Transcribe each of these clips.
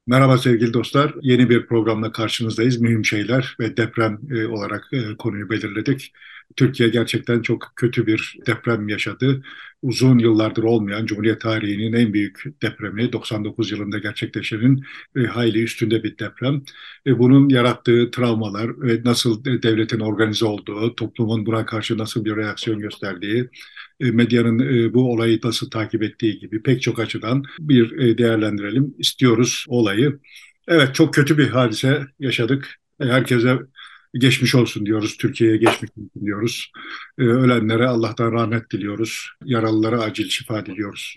Merhaba sevgili dostlar. Yeni bir programla karşınızdayız. Mühim şeyler ve deprem olarak konuyu belirledik. Türkiye gerçekten çok kötü bir deprem yaşadı. Uzun yıllardır olmayan Cumhuriyet tarihinin en büyük depremi 99 yılında gerçekleşenin hayli üstünde bir deprem. Bunun yarattığı travmalar ve nasıl devletin organize olduğu, toplumun buna karşı nasıl bir reaksiyon gösterdiği, medyanın bu olayı nasıl takip ettiği gibi pek çok açıdan bir değerlendirelim istiyoruz olayı. Evet, çok kötü bir hadise yaşadık. Herkese geçmiş olsun diyoruz. Türkiye'ye geçmiş olsun diyoruz. Ölenlere Allah'tan rahmet diliyoruz. Yaralılara acil şifa diliyoruz.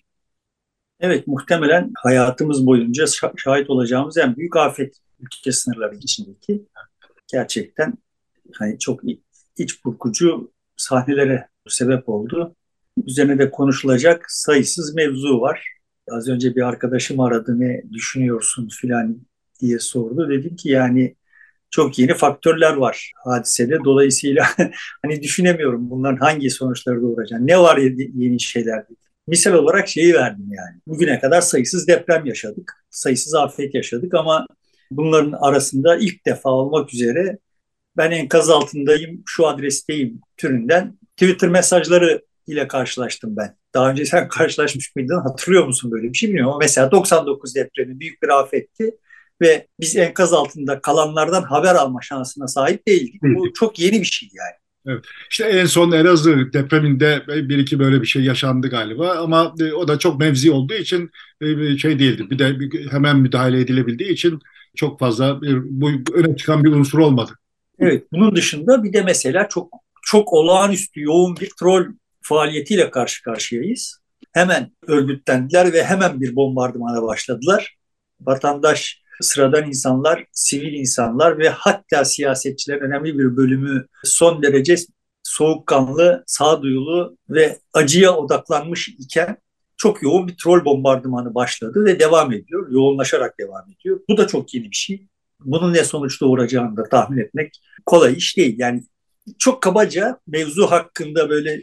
Evet, muhtemelen hayatımız boyunca şahit olacağımız en büyük afet ülke sınırları içindeki gerçekten hani çok iç burkucu sahnelere sebep oldu. Üzerine de konuşulacak sayısız mevzu var. Az önce bir arkadaşım aradı, ne düşünüyorsun filan diye sordu. Dedim ki yani çok yeni faktörler var hadisede. Dolayısıyla hani düşünemiyorum bunların hangi sonuçları doğuracak. Ne var yeni şeyler. Misal olarak şeyi verdim yani. Bugüne kadar sayısız deprem yaşadık. Sayısız afet yaşadık ama bunların arasında ilk defa olmak üzere ben enkaz altındayım, şu adresteyim türünden Twitter mesajları ile karşılaştım ben. Daha önce sen karşılaşmış mıydın? Hatırlıyor musun böyle bir şey bilmiyorum ama mesela 99 depremi büyük bir afetti ve biz enkaz altında kalanlardan haber alma şansına sahip değildik. Bu çok yeni bir şey yani. Evet. İşte en son Elazığ depreminde bir iki böyle bir şey yaşandı galiba ama o da çok mevzi olduğu için bir şey değildi. Bir de hemen müdahale edilebildiği için çok fazla bu öne çıkan bir unsur olmadı. Evet, bunun dışında bir de mesela çok çok olağanüstü yoğun bir troll faaliyetiyle karşı karşıyayız. Hemen örgütlendiler ve hemen bir bombardımana başladılar. Vatandaş, sıradan insanlar, sivil insanlar ve hatta siyasetçilerin önemli bir bölümü son derece soğukkanlı, sağduyulu ve acıya odaklanmış iken çok yoğun bir troll bombardımanı başladı ve devam ediyor. Yoğunlaşarak devam ediyor. Bu da çok yeni bir şey. Bunun ne sonuç doğuracağını da tahmin etmek kolay iş değil. Yani çok kabaca mevzu hakkında böyle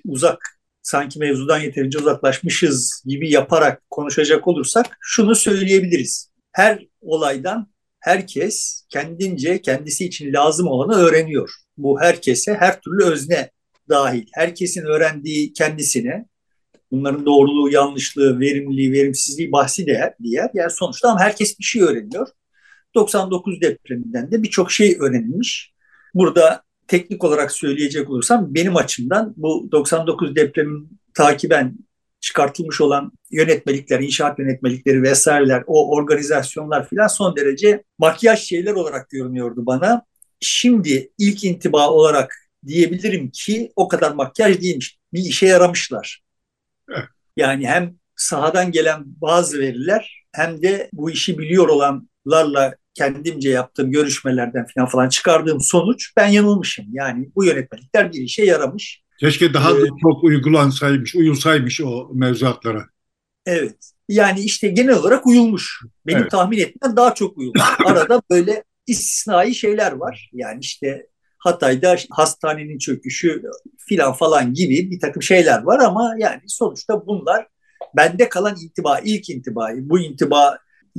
sanki mevzudan yeterince uzaklaşmışız gibi yaparak konuşacak olursak şunu söyleyebiliriz. Her olaydan herkes kendince kendisi için lazım olanı öğreniyor. Bu herkese her türlü özne dahil. Herkesin öğrendiği kendisine, bunların doğruluğu, yanlışlığı, verimliliği, verimsizliği bahsi diğer. Yani sonuçta ama herkes bir şey öğreniyor. 99 depreminden de birçok şey öğrenilmiş. Burada teknik olarak söyleyecek olursam benim açımdan bu 99 depremin takiben çıkartılmış olan yönetmelikler, inşaat yönetmelikleri vesaireler, o organizasyonlar filan son derece makyaj şeyler olarak görünüyordu bana. Şimdi ilk intiba olarak diyebilirim ki o kadar makyaj değilmiş. Bir işe yaramışlar. Yani hem sahadan gelen bazı veriler hem de bu işi biliyor olanlarla kendimce yaptığım görüşmelerden falan çıkardığım sonuç ben yanılmışım. Yani bu yönetmelikler bir işe yaramış. Keşke Ee, daha çok uygulansaymış, uyulsaymış o mevzuatlara. evet. Yani işte genel olarak uyulmuş. Benim Evet. tahmin ettiğimden daha çok uyulmuş. Arada böyle istisnai şeyler var. Yani işte Hatay'da hastanenin çöküşü filan falan gibi bir takım şeyler var ama yani sonuçta bunlar bende kalan intiba, ilk intibayı, bu intibayı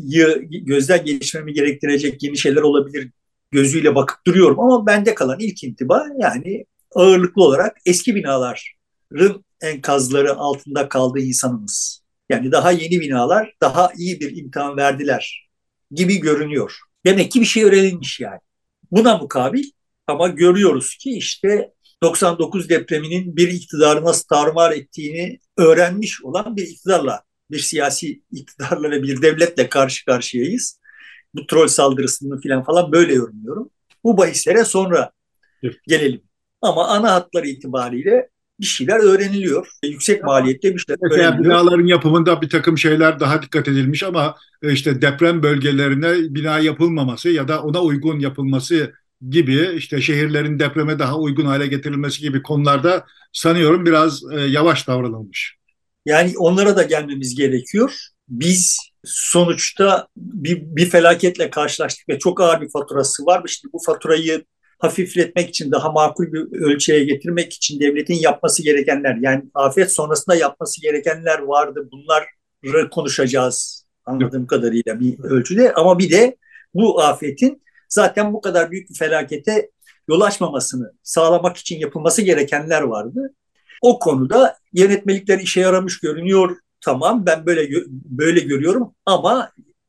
gözden geçirmemi gerektirecek yeni şeyler olabilir gözüyle bakıp duruyorum ama bende kalan ilk intiba yani ağırlıklı olarak eski binaların enkazları altında kaldığı insanımız. Yani daha yeni binalar daha iyi bir imtihan verdiler gibi görünüyor. Demek ki bir şey öğrenilmiş yani. Buna mukabil ama görüyoruz ki işte 99 depreminin bir iktidarı nasıl tarumar ettiğini öğrenmiş olan bir iktidarla, bir siyasi iktidarla ve bir devletle karşı karşıyayız. Bu troll saldırısını falan böyle yorumluyorum. Bu bahislere sonra gelelim. Ama ana hatları itibariyle bir şeyler öğreniliyor. Yüksek maliyette bir şeyler Mesela öğreniliyor. binaların yapımında bir takım şeyler daha dikkat edilmiş ama işte deprem bölgelerine bina yapılmaması ya da ona uygun yapılması gibi işte şehirlerin depreme daha uygun hale getirilmesi gibi konularda sanıyorum biraz yavaş davranılmış. Yani onlara da gelmemiz gerekiyor. Biz sonuçta bir felaketle karşılaştık ve çok ağır bir faturası var. İşte bu faturayı hafifletmek için, daha makul bir ölçüye getirmek için devletin yapması gerekenler, yani afet sonrasında yapması gerekenler vardı. Bunları konuşacağız anladığım kadarıyla bir ölçüde. Ama bir de bu afetin zaten bu kadar büyük bir felakete yol açmamasını sağlamak için yapılması gerekenler vardı. O konuda yönetmelikler işe yaramış görünüyor. Tamam, ben böyle görüyorum ama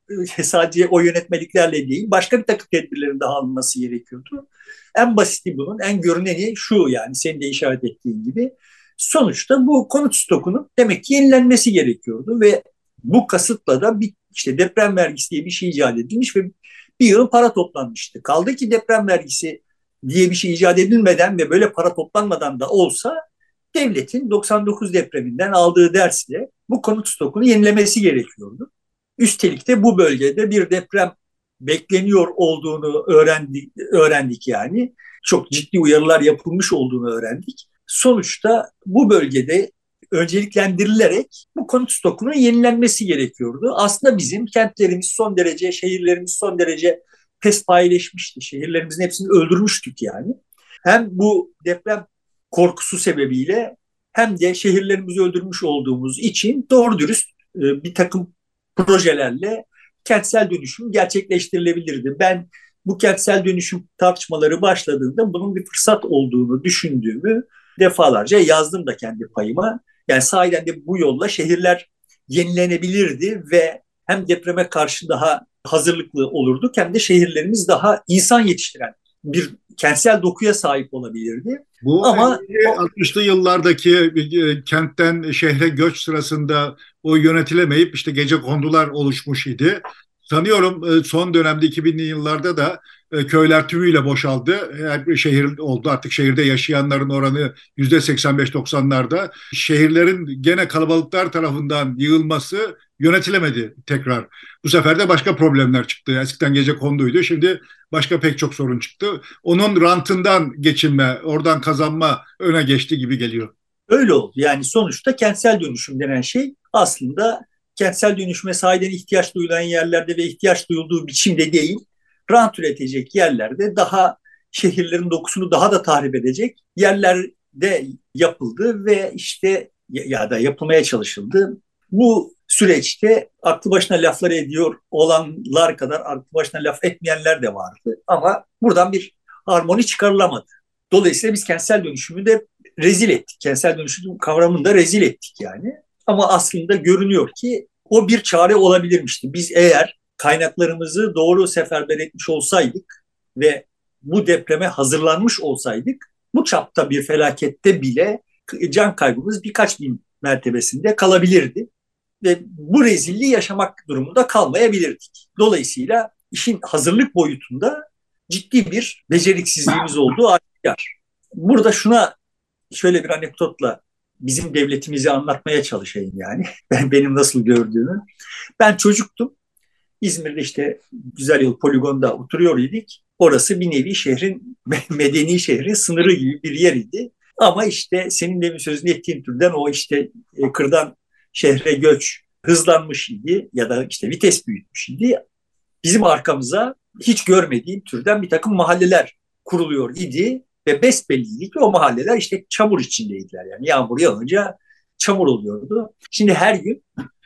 sadece o yönetmeliklerle değil, başka bir takım tedbirlerin daha alınması gerekiyordu. En basiti bunun, en görüneni şu, yani senin de işaret ettiğin gibi. Sonuçta bu konut stokunun demek ki yenilenmesi gerekiyordu ve bu kasıtla da işte deprem vergisi diye bir şey icat edilmiş ve bir yığın para toplanmıştı. Kaldı ki deprem vergisi diye bir şey icat edilmeden ve böyle para toplanmadan da olsa devletin 99 depreminden aldığı dersle bu konut stokunu yenilemesi gerekiyordu. Üstelik de bu bölgede bir deprem bekleniyor olduğunu öğrendik yani. Çok ciddi uyarılar yapılmış olduğunu öğrendik. Sonuçta bu bölgede önceliklendirilerek bu konut stokunun yenilenmesi gerekiyordu. Aslında bizim kentlerimiz son derece, şehirlerimiz son derece pespayileşmişti. Şehirlerimizin hepsini öldürmüştük yani. Hem bu deprem korkusu sebebiyle hem de şehirlerimizi öldürmüş olduğumuz için doğru dürüst bir takım projelerle kentsel dönüşüm gerçekleştirilebilirdi. Ben bu kentsel dönüşüm tartışmaları başladığında bunun bir fırsat olduğunu düşündüğümü defalarca yazdım da kendi payıma. Yani sahiden de bu yolla şehirler yenilenebilirdi ve hem depreme karşı daha hazırlıklı olurduk hem de şehirlerimiz daha insan yetiştiren bir kentsel dokuya sahip olabilirdi. Bu Ama 60'lı yıllardaki kentten şehre göç sırasında o yönetilemeyip işte gecekondular oluşmuş idi. Sanıyorum son dönemde 2000'li yıllarda da köyler tümüyle boşaldı. Her bir şehir oldu. Artık şehirde yaşayanların oranı %85-90'larda. Şehirlerin gene kalabalıklar tarafından yığılması yönetilemedi tekrar. Bu sefer de başka problemler çıktı. Eskiden gecekonduydu. Şimdi başka pek çok sorun çıktı. Onun rantından geçinme, oradan kazanma öne geçti gibi geliyor. öyle oldu. Yani sonuçta kentsel dönüşüm denen şey aslında kentsel dönüşüme sahiden ihtiyaç duyulan yerlerde ve ihtiyaç duyulduğu biçimde değil, rant üretecek yerlerde daha şehirlerin dokusunu daha da tahrip edecek yerlerde yapıldı ve işte ya da yapılmaya çalışıldı. Bu süreçte aklı başına laflar ediyor olanlar kadar aklı başına laf etmeyenler de vardı. Ama buradan bir harmoni çıkarılamadı. Dolayısıyla biz kentsel dönüşümü de rezil ettik. Kentsel dönüşüm kavramını da rezil ettik yani. Ama aslında görünüyor ki o bir çare olabilirmişti. Biz eğer kaynaklarımızı doğru seferber etmiş olsaydık ve bu depreme hazırlanmış olsaydık bu çapta bir felakette bile can kaybımız birkaç bin mertebesinde kalabilirdi ve bu rezilliği yaşamak durumunda kalmayabilirdik. Dolayısıyla işin hazırlık boyutunda ciddi bir beceriksizliğimiz olduğu aşikar. Burada şöyle bir anekdotla bizim devletimizi anlatmaya çalışayım yani. Benim nasıl gördüğümü. Ben çocuktum. İzmir'de işte Güzel Yol Poligon'da oturuyor idik. Orası bir nevi şehrin, medeni şehrin sınırı gibi bir yer idi. Ama işte senin demin sözünü ettiğin türden o işte kırdan şehre göç hızlanmış idi ya da işte vites büyütmüş idi. Bizim arkamıza hiç görmediğim türden bir takım mahalleler kuruluyor idi ve besbelliydi ki o mahalleler işte çamur içindeydiler. Yani yağmur yağınca çamur oluyordu. Şimdi her gün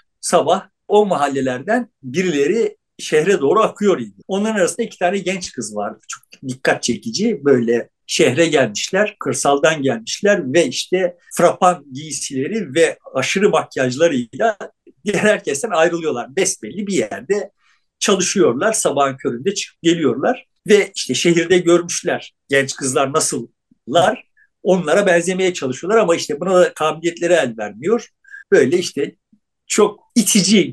sabah o mahallelerden birileri şehre doğru akıyor idi. Onların arasında iki tane genç kız vardı. Çok dikkat çekici. Böyle şehre gelmişler, kırsaldan gelmişler ve işte frapan giysileri ve aşırı makyajlarıyla diğer herkesten ayrılıyorlar. Besbelli bir yerde çalışıyorlar. Sabahın köründe çıkıp geliyorlar ve işte şehirde görmüşler genç kızlar nasıllar. Onlara benzemeye çalışıyorlar ama işte buna da kabiliyetleri el vermiyor. Böyle işte çok itici,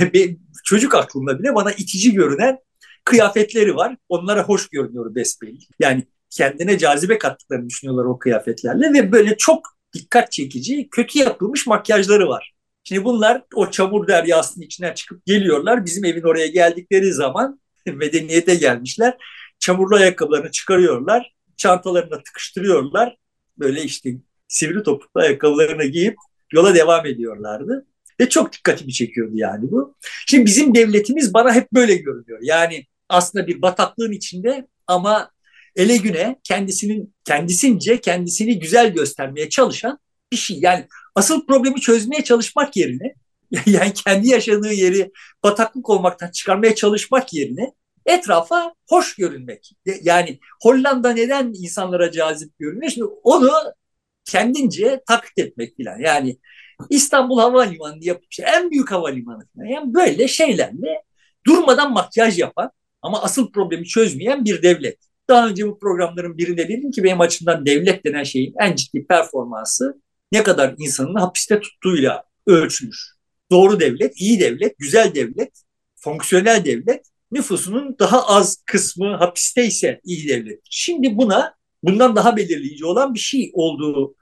çocuk aklımda bile bana itici görünen kıyafetleri var. Onlara hoş görünüyor besbelli. Yani kendine cazibe kattıklarını düşünüyorlar o kıyafetlerle ve böyle çok dikkat çekici, kötü yapılmış makyajları var. Şimdi bunlar o çamur deryasının içinden çıkıp geliyorlar. Bizim evin oraya geldikleri zaman medeniyete gelmişler. Çamurlu ayakkabılarını çıkarıyorlar. Çantalarına tıkıştırıyorlar. Böyle işte sivri topuklu ayakkabılarını giyip yola devam ediyorlardı. Ve çok dikkatimi çekiyordu yani bu. Şimdi bizim devletimiz bana hep böyle görünüyor. Yani aslında bir bataklığın içinde ama ele güne kendisince kendisini güzel göstermeye çalışan bir şey. Yani asıl problemi çözmeye çalışmak yerine Yani kendi yaşadığı yeri bataklık olmaktan çıkarmaya çalışmak yerine etrafa hoş görünmek. Yani Hollanda neden insanlara cazip görünüyor? Şimdi onu kendince taklit etmek falan. Yani İstanbul Havalimanı yapmış. En büyük havalimanı falan. Yani böyle şeylerle durmadan makyaj yapan ama asıl problemi çözmeyen bir devlet. Daha önce bu programların birinde dedim ki benim açımdan devlet denen şeyin en ciddi performansı ne kadar insanın hapiste tuttuğuyla ölçülür. Doğru devlet, iyi devlet, güzel devlet, fonksiyonel devlet, nüfusunun daha az kısmı hapisteyse iyi devlet. Şimdi bundan daha belirleyici olan bir şey olduğunu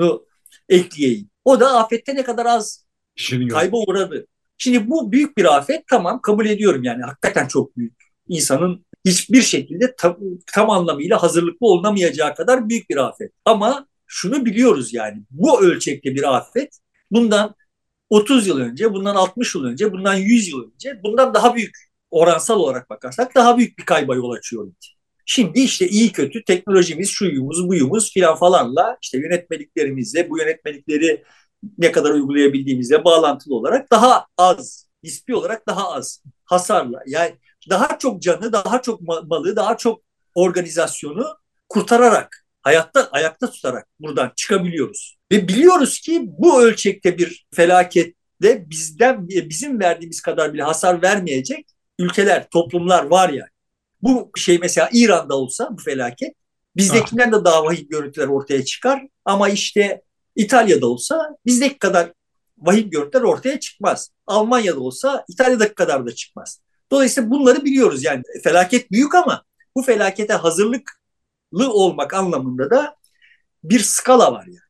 ekleyeyim. O da afette ne kadar az kayba uğradı. Şimdi bu büyük bir afet, tamam, kabul ediyorum, yani hakikaten çok büyük. İnsanın hiçbir şekilde tam anlamıyla hazırlıklı olunamayacağı kadar büyük bir afet. Ama şunu biliyoruz, yani bu ölçekte bir afet bundan 30 yıl önce, bundan 60 yıl önce, bundan 100 yıl önce, bundan daha büyük, oransal olarak bakarsak daha büyük bir kayba yol açıyor. Şimdi işte iyi kötü teknolojimiz, şuyumuz, buyumuz filan falanla, işte yönetmeliklerimizle, bu yönetmelikleri ne kadar uygulayabildiğimizle bağlantılı olarak daha az, nispi olarak daha az hasarla, yani daha çok canı, daha çok malı, daha çok organizasyonu kurtararak, ayakta tutarak buradan çıkabiliyoruz. Ve biliyoruz ki bu ölçekte bir felakette bizim verdiğimiz kadar bile hasar vermeyecek ülkeler, toplumlar var yani. Bu şey mesela İran'da olsa bu felaket bizdekinden de daha vahim görüntüler ortaya çıkar. Ama işte İtalya'da olsa bizdeki kadar vahim görüntüler ortaya çıkmaz. Almanya'da olsa İtalya'daki kadar da çıkmaz. Dolayısıyla bunları biliyoruz, yani felaket büyük ama bu felakete hazırlıklı olmak anlamında da bir skala var yani.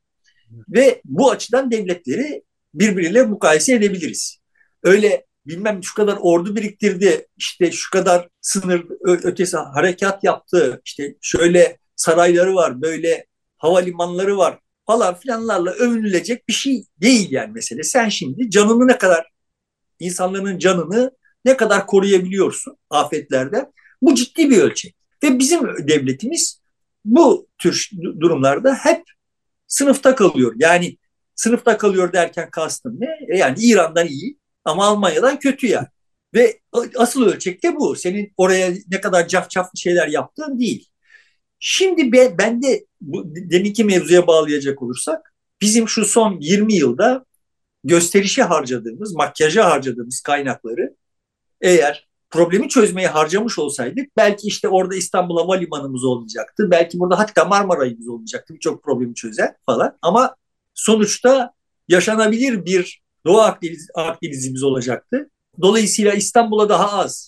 Ve bu açıdan devletleri birbiriyle mukayese edebiliriz. Öyle bilmem şu kadar ordu biriktirdi, işte şu kadar sınır ötesi harekat yaptı, işte şöyle sarayları var, böyle havalimanları var falan filanlarla övünülecek bir şey değil yani mesele. Sen şimdi canını ne kadar, insanların canını ne kadar koruyabiliyorsun afetlerden? Bu ciddi bir ölçek. Ve bizim devletimiz bu tür durumlarda hep sınıfta kalıyor. Yani sınıfta kalıyor derken kastım ne? Yani İran'dan iyi ama Almanya'dan kötü yani. Ve asıl ölçek de bu. Senin oraya ne kadar cafcaflı şeyler yaptığın değil. Şimdi ben de deminki mevzuya bağlayacak olursak, bizim şu son 20 yılda gösterişe harcadığımız, makyaja harcadığımız kaynakları eğer problemi çözmeye harcamış olsaydık belki işte orada İstanbul Havalimanımız olmayacaktı. Belki burada hatta Marmaray'ımız olmayacaktı. Birçok problemi çözer falan. Ama sonuçta yaşanabilir bir Doğu Akdeniz'imiz olacaktı. Dolayısıyla İstanbul'a daha az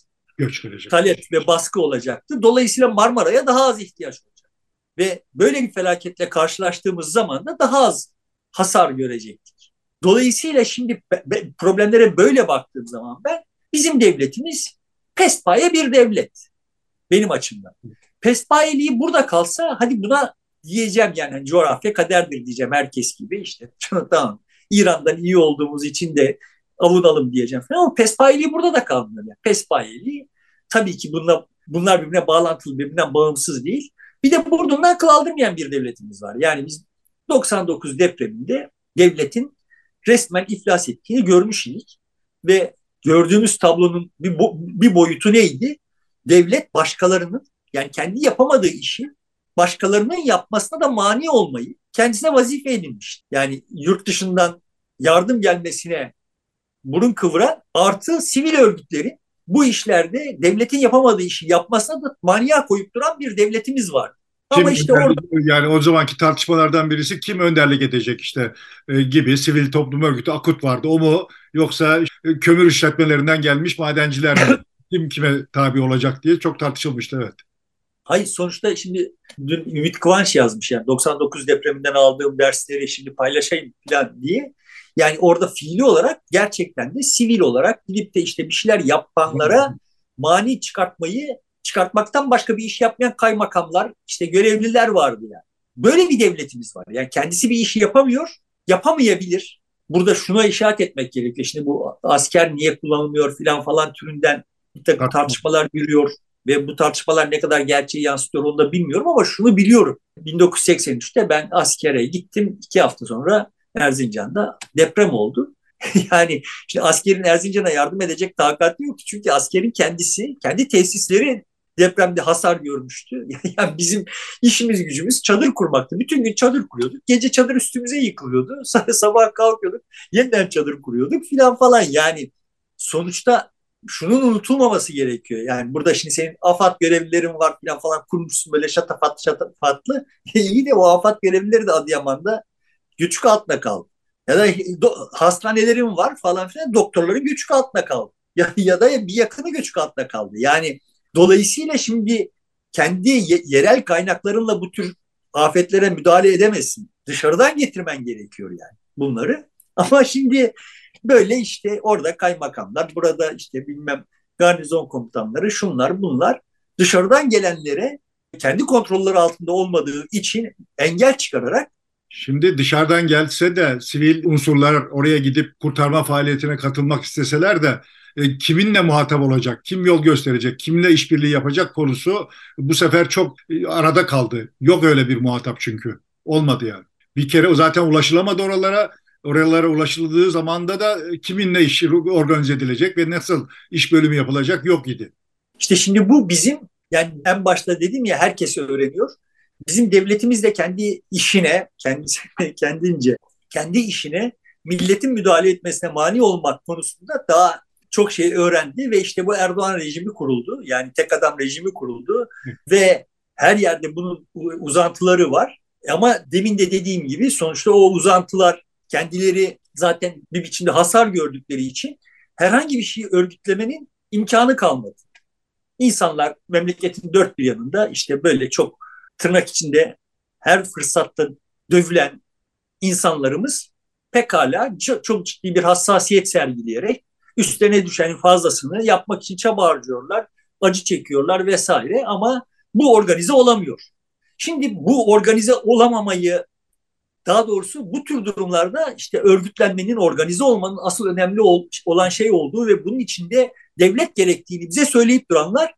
talep ve baskı olacaktı. Dolayısıyla Marmara'ya daha az ihtiyaç olacak. Ve böyle bir felaketle karşılaştığımız zaman da daha az hasar görecektik. Dolayısıyla şimdi problemlere böyle baktığım zaman bizim devletimiz pespaye bir devlet benim açımdan. Pespayeliği burada kalsa hadi buna diyeceğim, yani coğrafya kaderdir diyeceğim herkes gibi, işte tamam İran'dan iyi olduğumuz için de avunalım diyeceğim falan, ama pespayeliği burada da kalmıyor. Yani pespayeliği tabii ki bunlar birbirine bağlantılı, birbirinden bağımsız değil. Bir de burnundan kıl aldırmayan bir devletimiz var. Yani biz 99 depreminde devletin resmen iflas ettiğini görmüş idik ve gördüğümüz tablonun bir boyutu neydi? Devlet başkalarının, yani kendi yapamadığı işi başkalarının yapmasına da mani olmayı kendisine vazife edinmiş. Yani yurt dışından yardım gelmesine burun kıvıran artı sivil örgütlerin bu işlerde devletin yapamadığı işi yapmasına da mania koyup duran bir devletimiz var. Ama işte orada, yani o zamanki tartışmalardan birisi kim önderlik edecek işte gibi, sivil toplum örgütü AKUT vardı. O mu, yoksa kömür işletmelerinden gelmiş madenciler mi? Kim kime tabi olacak diye çok tartışılmıştı, evet. Hayır, sonuçta şimdi dün Ümit Kıvanç yazmış, yani 99 depreminden aldığım dersleri şimdi paylaşayım falan diye. Yani orada fiili olarak gerçekten de sivil olarak gidip de işte bir şeyler yapanlara mani çıkartmaktan başka bir iş yapmayan kaymakamlar, işte görevliler vardı yani. Böyle bir devletimiz var. Yani kendisi bir işi yapamıyor, yapamayabilir. Burada şuna işaret etmek gerekiyor. Şimdi bu asker niye kullanılmıyor falan falan türünden bir takım tartışmalar yürüyor. Ve bu tartışmalar ne kadar gerçeği yansıtıyor onu da bilmiyorum, ama şunu biliyorum. 1983'te ben askere gittim. 2 hafta sonra Erzincan'da deprem oldu. Yani işte askerin Erzincan'a yardım edecek takati yok. Çünkü askerin kendisi, kendi tesisleri depremde hasar görmüştü. Yani bizim işimiz gücümüz çadır kurmaktı. Bütün gün çadır kuruyorduk. Gece çadır üstümüze yıkılıyordu. Sonra sabah kalkıyorduk. Yeniden çadır kuruyorduk filan falan. Yani sonuçta şunun unutulmaması gerekiyor. Yani burada şimdi senin AFAD görevlilerin var filan falan kurmuşsun böyle şatafatlı şatafatlı. İyi de o AFAD görevlileri de Adıyaman'da göçük altında kaldı. Ya da hastanelerin var falan filan doktorların göçük altında kaldı. Ya da bir yakını göçük altında kaldı. Yani dolayısıyla şimdi kendi yerel kaynaklarınla bu tür afetlere müdahale edemezsin. Dışarıdan getirmen gerekiyor yani bunları. Ama şimdi böyle işte orada kaymakamlar, burada işte bilmem garnizon komutanları, şunlar bunlar dışarıdan gelenlere kendi kontrolleri altında olmadığı için engel çıkararak. Şimdi dışarıdan gelse de sivil unsurlar oraya gidip kurtarma faaliyetine katılmak isteseler de kiminle muhatap olacak, kim yol gösterecek, kimle işbirliği yapacak konusu bu sefer çok arada kaldı. Yok öyle bir muhatap çünkü. Olmadı yani. Bir kere o zaten ulaşılamadı oralara. Oralara ulaşıldığı zamanda da kiminle iş organize edilecek ve nasıl iş bölümü yapılacak yok idi. İşte şimdi bu bizim, yani en başta dedim ya, herkes öğreniyor. Bizim devletimiz de kendi işine, kendisi kendince kendi işine milletin müdahale etmesine mani olmak konusunda daha çok şey öğrendi ve işte bu Erdoğan rejimi kuruldu. Yani tek adam rejimi kuruldu ve her yerde bunun uzantıları var. Ama demin de dediğim gibi sonuçta o uzantılar kendileri zaten bir biçimde hasar gördükleri için herhangi bir şeyi örgütlemenin imkanı kalmadı. İnsanlar memleketin dört bir yanında işte böyle çok tırnak içinde her fırsatta dövülen insanlarımız pekala çok ciddi bir hassasiyet sergileyerek üstlerine düşenin fazlasını yapmak için çaba harcıyorlar, acı çekiyorlar vesaire, ama bu organize olamıyor. Şimdi bu organize olamamayı, daha doğrusu bu tür durumlarda işte örgütlenmenin, organize olmanın asıl önemli olan şey olduğu ve bunun içinde devlet gerektiğini bize söyleyip duranlar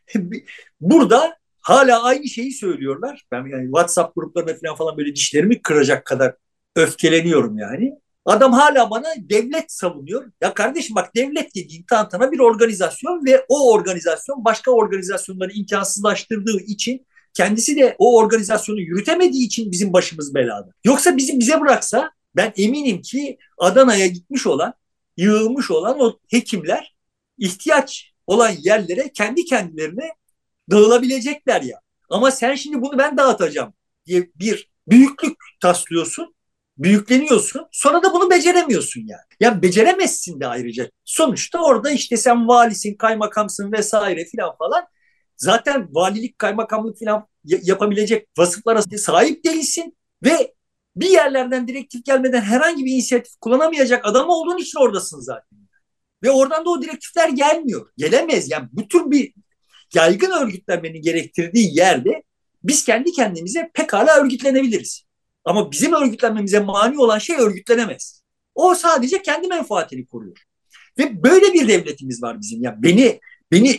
burada hala aynı şeyi söylüyorlar. Ben yani WhatsApp gruplarına falan böyle dişlerimi kıracak kadar öfkeleniyorum yani. Adam hala bana devlet savunuyor. Ya kardeşim bak, devlet dediğin tantana bir organizasyon ve o organizasyon başka organizasyonları imkansızlaştırdığı için, kendisi de o organizasyonu yürütemediği için bizim başımız belada. Yoksa bize bıraksa ben eminim ki Adana'ya gitmiş olan, yığılmış olan o hekimler ihtiyaç olan yerlere kendi kendilerine dağılabilecekler ya. Ama sen şimdi bunu ben dağıtacağım diye bir büyüklük taslıyorsun, büyükleniyorsun. Sonra da bunu beceremiyorsun yani. Ya beceremezsin de ayrıca. Sonuçta orada işte sen valisin, kaymakamsın vesaire filan falan. Zaten valilik, kaymakamlık filan yapabilecek vasıflara sahip değilsin ve bir yerlerden direktif gelmeden herhangi bir inisiyatif kullanamayacak adam olduğun için oradasın zaten. Ve oradan da o direktifler gelmiyor. Gelemez. Yani bu tür bir yaygın örgütlenmenin gerektirdiği yerde biz kendi kendimize pekala örgütlenebiliriz. Ama bizim örgütlenmemize mani olan şey örgütlenemez. O sadece kendi menfaatini koruyor. Ve böyle bir devletimiz var bizim. Ya beni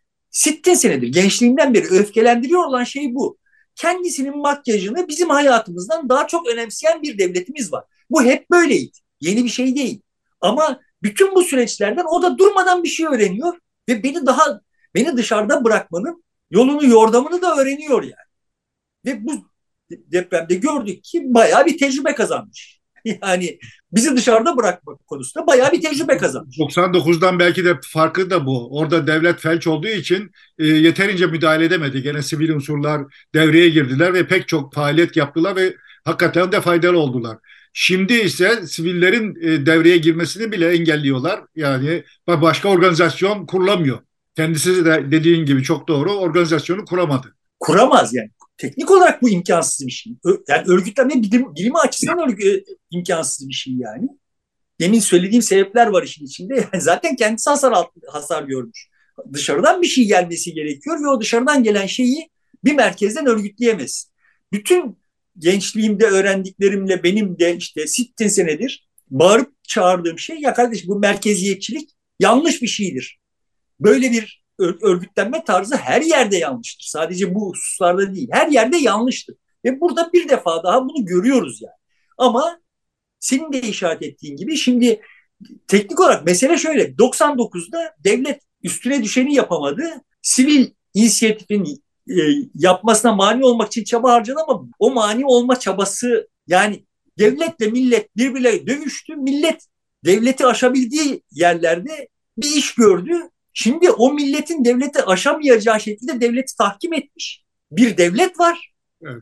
60 senedir gençliğimden beri öfkelendiriyor olan şey bu. Kendisinin makyajını bizim hayatımızdan daha çok önemseyen bir devletimiz var. Bu hep böyleydi. Yeni bir şey değil. Ama bütün bu süreçlerden o da durmadan bir şey öğreniyor ve beni dışarıda bırakmanın yolunu yordamını da öğreniyor yani. Ve bu depremde gördük ki bayağı bir tecrübe kazanmış. Yani bizi dışarıda bırakmak konusunda bayağı bir tecrübe kazanmış. 99'dan belki de farkı da bu. Orada devlet felç olduğu için yeterince müdahale edemedi. Gene sivil unsurlar devreye girdiler ve pek çok faaliyet yaptılar ve hakikaten de faydalı oldular. Şimdi ise sivillerin devreye girmesini bile engelliyorlar. Yani başka organizasyon kurulamıyor. Kendisi de dediğin gibi çok doğru, organizasyonu kuramadı. Kuramaz yani. Teknik olarak bu imkansız bir şey. Yani örgütlenme bilimi açısından imkansız bir şey yani. Demin söylediğim sebepler var işin içinde. Yani zaten kendisi hasar görmüş. Dışarıdan bir şey gelmesi gerekiyor ve o dışarıdan gelen şeyi bir merkezden örgütleyemez. Bütün gençliğimde öğrendiklerimle benim de işte 60 senedir bağırıp çağırdığım şey, ya kardeş bu merkeziyetçilik yanlış bir şeydir. Böyle bir örgütlenme tarzı her yerde yanlıştır. Sadece bu hususlarda değil. Her yerde yanlıştır. Ve burada bir defa daha bunu görüyoruz yani. Ama senin de işaret ettiğin gibi şimdi teknik olarak mesele şöyle. 99'da devlet üstüne düşeni yapamadı. Sivil inisiyatifin yapmasına mani olmak için çaba harcadı ama o mani olma çabası, yani devletle millet birbirine dövüştü. Millet devleti aşabildiği yerlerde bir iş gördü. Şimdi o milletin devleti aşamayacağı şekilde devleti tahkim etmiş bir devlet var. Evet.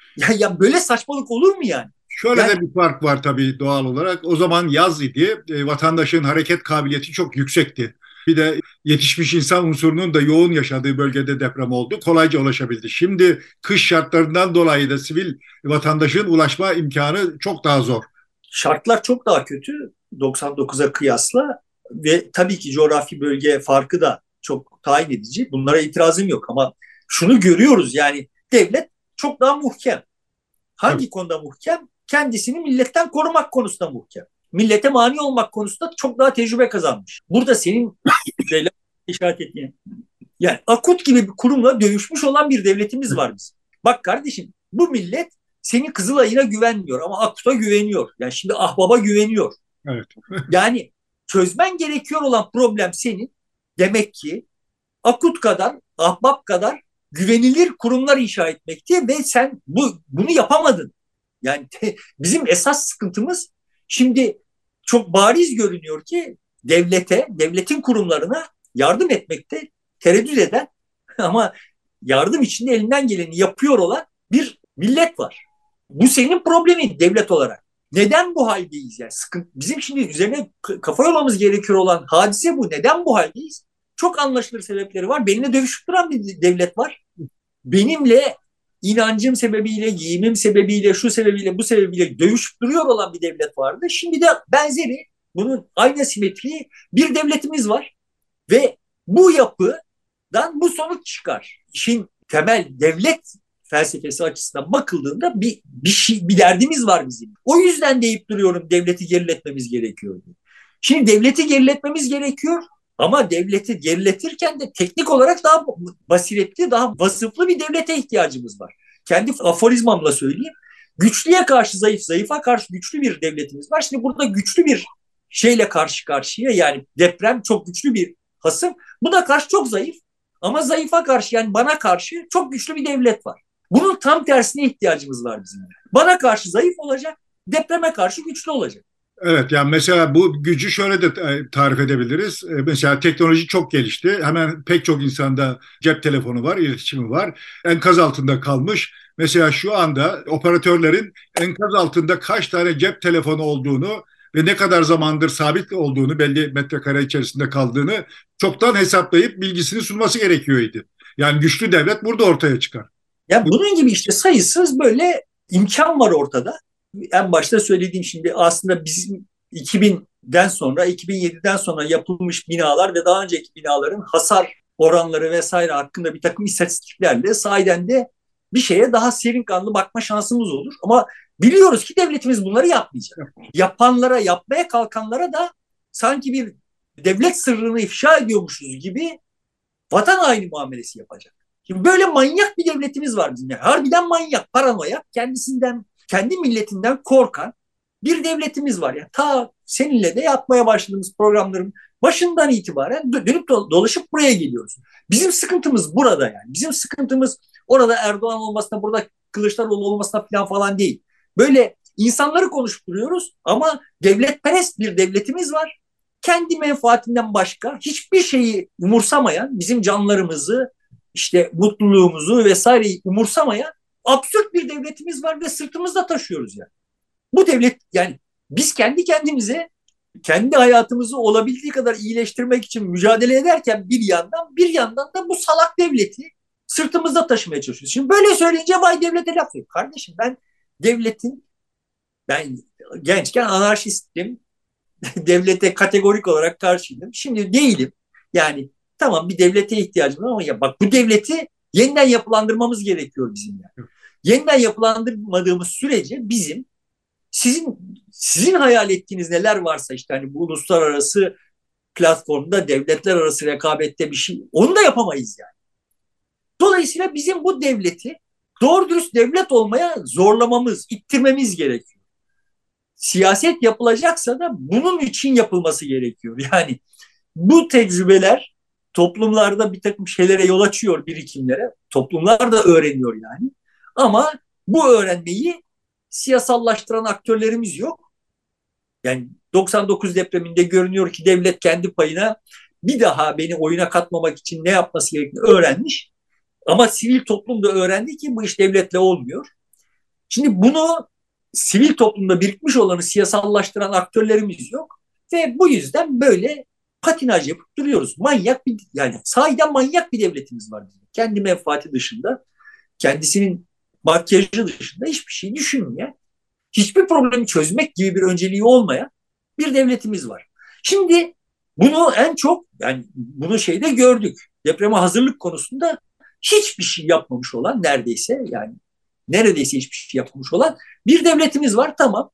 Ya böyle saçmalık olur mu yani? Şöyle Yani de bir fark var tabii doğal olarak. O zaman yaz idi. Vatandaşın hareket kabiliyeti çok yüksekti. Bir de yetişmiş insan unsurunun da yoğun yaşadığı bölgede deprem oldu. Kolayca ulaşabildi. Şimdi kış şartlarından dolayı da sivil vatandaşın ulaşma imkanı çok daha zor. şartlar çok daha kötü 99'a kıyasla ve tabii ki coğrafi bölge farkı da çok tayin edici. Bunlara itirazım yok ama şunu görüyoruz, yani devlet çok daha muhkem. Tabii. Hangi konuda muhkem? Kendisini milletten korumak konusunda muhkem. Millete mani olmak konusunda çok daha tecrübe kazanmış. Burada senin işaret ettiğin, yani Akut gibi bir kurumla dövüşmüş olan bir devletimiz var bizim. Bak kardeşim, bu millet senin Kızılay'ına güvenmiyor ama Akut'a güveniyor. Yani şimdi Ahbap'a güveniyor. Evet. Yani çözmen gerekiyor olan problem senin. Demek ki Akut kadar, Ahbap kadar güvenilir kurumlar inşa etmekti ve sen bunu yapamadın. Yani bizim esas sıkıntımız şimdi çok bariz görünüyor ki devletin kurumlarına yardım etmekte tereddüt eden ama yardım için de elinden geleni yapıyor olan bir millet var. Bu senin problemin devlet olarak. Neden bu haldeyiz yani? Bizim şimdi üzerine kafa yormamız gerekiyor olan hadise bu. Neden bu haldeyiz? Çok anlaşılır sebepleri var. Benimle dövüşüp duran bir devlet var. Benimle inancım sebebiyle, giyimim sebebiyle, şu sebebiyle, bu sebebiyle dövüşüp duruyor olan bir devlet vardı. Şimdi de benzeri, bunun aynı simetriği bir devletimiz var ve bu yapıdan bu sonuç çıkar. İşin temel devlet felsefesi açısından bakıldığında bir derdimiz var bizim. O yüzden deyip duruyorum, devleti geriletmemiz gerekiyor. Şimdi devleti geriletmemiz gerekiyor ama devleti geriletirken de teknik olarak daha basiretli, daha vasıflı bir devlete ihtiyacımız var. Kendi aforizmamla söyleyeyim. Güçlüye karşı zayıf, zayıfa karşı güçlü bir devletimiz var. Şimdi burada güçlü bir şeyle karşı karşıya, yani deprem çok güçlü bir hasım. Buna karşı çok zayıf ama zayıfa karşı, yani bana karşı çok güçlü bir devlet var. Bunun tam tersine ihtiyacımız var bizim. Bana karşı zayıf olacak, depreme karşı güçlü olacak. Evet, yani mesela bu gücü şöyle de tarif edebiliriz. Mesela teknoloji çok gelişti. Hemen pek çok insanda cep telefonu var, iletişimi var. Enkaz altında kalmış. Mesela şu anda operatörlerin enkaz altında kaç tane cep telefonu olduğunu ve ne kadar zamandır sabit olduğunu, belli metrekare içerisinde kaldığını çoktan hesaplayıp bilgisini sunması gerekiyordu. Yani güçlü devlet burada ortaya çıkar. Ya bunun gibi işte sayısız böyle imkan var ortada. En başta söylediğim, şimdi aslında bizim 2000'den sonra, 2007'den sonra yapılmış binalar ve daha önceki binaların hasar oranları vesaire hakkında bir takım istatistiklerle sahiden de bir şeye daha serin kanlı bakma şansımız olur. Ama biliyoruz ki devletimiz bunları yapmayacak. Yapanlara, yapmaya kalkanlara da sanki bir devlet sırrını ifşa ediyormuşuz gibi vatan haini muamelesi yapacak. Şimdi böyle manyak bir devletimiz var bizim. Yani harbiden manyak, paranoyak, kendisinden, kendi milletinden korkan bir devletimiz var. Yani ta seninle de yapmaya başladığımız programların başından itibaren dönüp dolaşıp buraya geliyoruz. Bizim sıkıntımız burada yani. Bizim sıkıntımız orada Erdoğan olmasına, burada Kılıçdaroğlu olmasına falan değil. Böyle insanları konuşturuyoruz ama devletperest bir devletimiz var. Kendi menfaatinden başka hiçbir şeyi umursamayan, bizim canlarımızı, işte mutluluğumuzu vesaireyi umursamayan absürt bir devletimiz var ve sırtımızda taşıyoruz yani. Bu devlet, yani biz kendi kendimize, kendi hayatımızı olabildiği kadar iyileştirmek için mücadele ederken bir yandan da bu salak devleti sırtımızda taşımaya çalışıyoruz. Şimdi böyle söyleyince vay devlete laf yok. Kardeşim, ben gençken anarşistim. Devlete kategorik olarak karşıydım. Şimdi değilim. Yani tamam, bir devlete ihtiyacımız var ama ya bak, bu devleti yeniden yapılandırmamız gerekiyor bizim yani. Yeniden yapılandırmadığımız sürece bizim sizin hayal ettiğiniz neler varsa, işte hani bu uluslararası platformda devletler arası rekabette bir şey, onu da yapamayız yani. Dolayısıyla bizim bu devleti doğru dürüst devlet olmaya zorlamamız, ittirmemiz gerekiyor. siyaset yapılacaksa da bunun için yapılması gerekiyor. Yani bu tecrübeler toplumlarda bir takım şeylere yol açıyor, birikimlere. Toplumlar da öğreniyor yani. Ama bu öğrenmeyi siyasallaştıran aktörlerimiz yok. Yani 99 depreminde görünüyor ki devlet kendi payına bir daha beni oyuna katmamak için ne yapması gerektiğini öğrenmiş. Ama sivil toplum da öğrendi ki bu iş devletle olmuyor. Şimdi bunu sivil toplumda birikmiş olanı siyasallaştıran aktörlerimiz yok. Ve bu yüzden böyle patinaj yapıp duruyoruz. Manyak bir, yani sahiden manyak bir devletimiz var. Kendi menfaati dışında, kendisinin makyajı dışında hiçbir şey düşünmeyen, hiçbir problemi çözmek gibi bir önceliği olmayan bir devletimiz var. Şimdi bunu en çok, yani bunu şeyde gördük. Depreme hazırlık konusunda hiçbir şey yapmamış olan, neredeyse hiçbir şey yapmamış olan bir devletimiz var, tamam.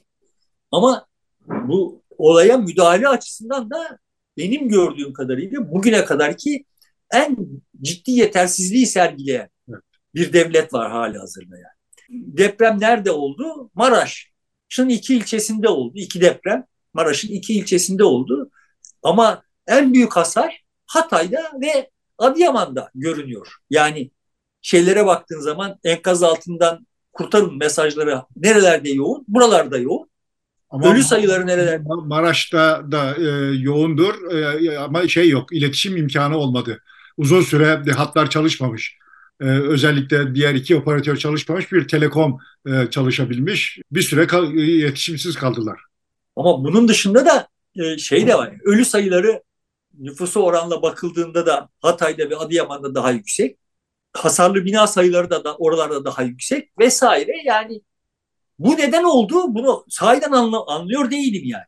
Ama bu olaya müdahale açısından da benim gördüğüm kadarıyla bugüne kadar ki en ciddi yetersizliği sergileyen bir devlet var hali hazırda yani. Deprem nerede oldu? Maraş'ın 2 ilçesinde oldu. 2 deprem Maraş'ın 2 ilçesinde oldu. Ama en büyük hasar Hatay'da ve Adıyaman'da görünüyor. Yani şeylere baktığın zaman enkaz altından kurtarın mesajları nerelerde yoğun? Buralarda yoğun. Ama Ölü sayıları nereler? Maraş'ta da yoğundur ama şey yok, iletişim imkanı olmadı. Uzun süre hatlar çalışmamış. Özellikle diğer iki operatör çalışmamış, bir telekom çalışabilmiş. Bir süre iletişimsiz kaldılar. Ama bunun dışında da şey de var. Ölü sayıları nüfusu oranla bakıldığında da Hatay'da ve Adıyaman'da daha yüksek. Hasarlı bina sayıları da oralarda daha yüksek vesaire. Yani bu neden oldu? Bunu sahiden anlıyor değilim yani.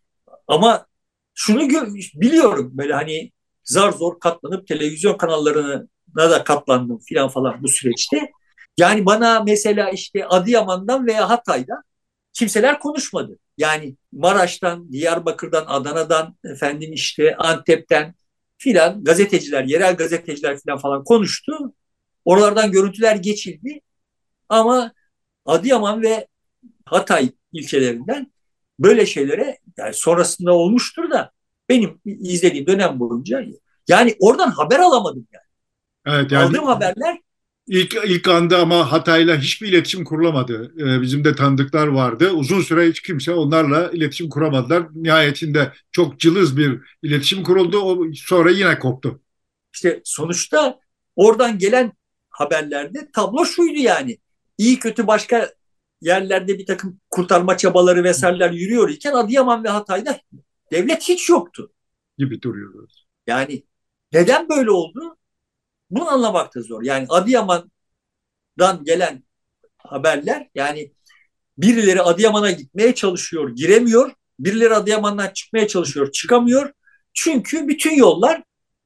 Ama şunu biliyorum, böyle hani zar zor katlanıp televizyon kanallarına da katlandım filan falan bu süreçte. Yani bana mesela işte Adıyaman'dan veya Hatay'dan kimseler konuşmadı. Yani Maraş'tan, Diyarbakır'dan, Adana'dan, efendim işte Antep'ten filan gazeteciler, yerel gazeteciler filan falan konuştu. Oralardan görüntüler geçildi. Ama Adıyaman ve Hatay ilçelerinden böyle şeylere, yani sonrasında olmuştur da benim izlediğim dönem boyunca yani oradan haber alamadım yani. Evet, yani Aldığım haberler ilk anda ama Hatay'la hiçbir iletişim kurulamadı. Bizim de tanıdıklar vardı. Uzun süre hiç kimse onlarla iletişim kuramadılar. Nihayetinde çok cılız bir iletişim kuruldu. O sonra yine koptu. işte sonuçta oradan gelen haberlerde tablo şuydu yani. İyi kötü başka yerlerde bir takım kurtarma çabaları vesaireler yürüyor iken Adıyaman ve Hatay'da devlet hiç yoktu. Gibi duruyoruz. Yani neden böyle oldu? Bunu anlamak da zor. Yani Adıyaman'dan gelen haberler, yani birileri Adıyaman'a gitmeye çalışıyor, giremiyor. Birileri Adıyaman'dan çıkmaya çalışıyor, çıkamıyor. Çünkü bütün yollar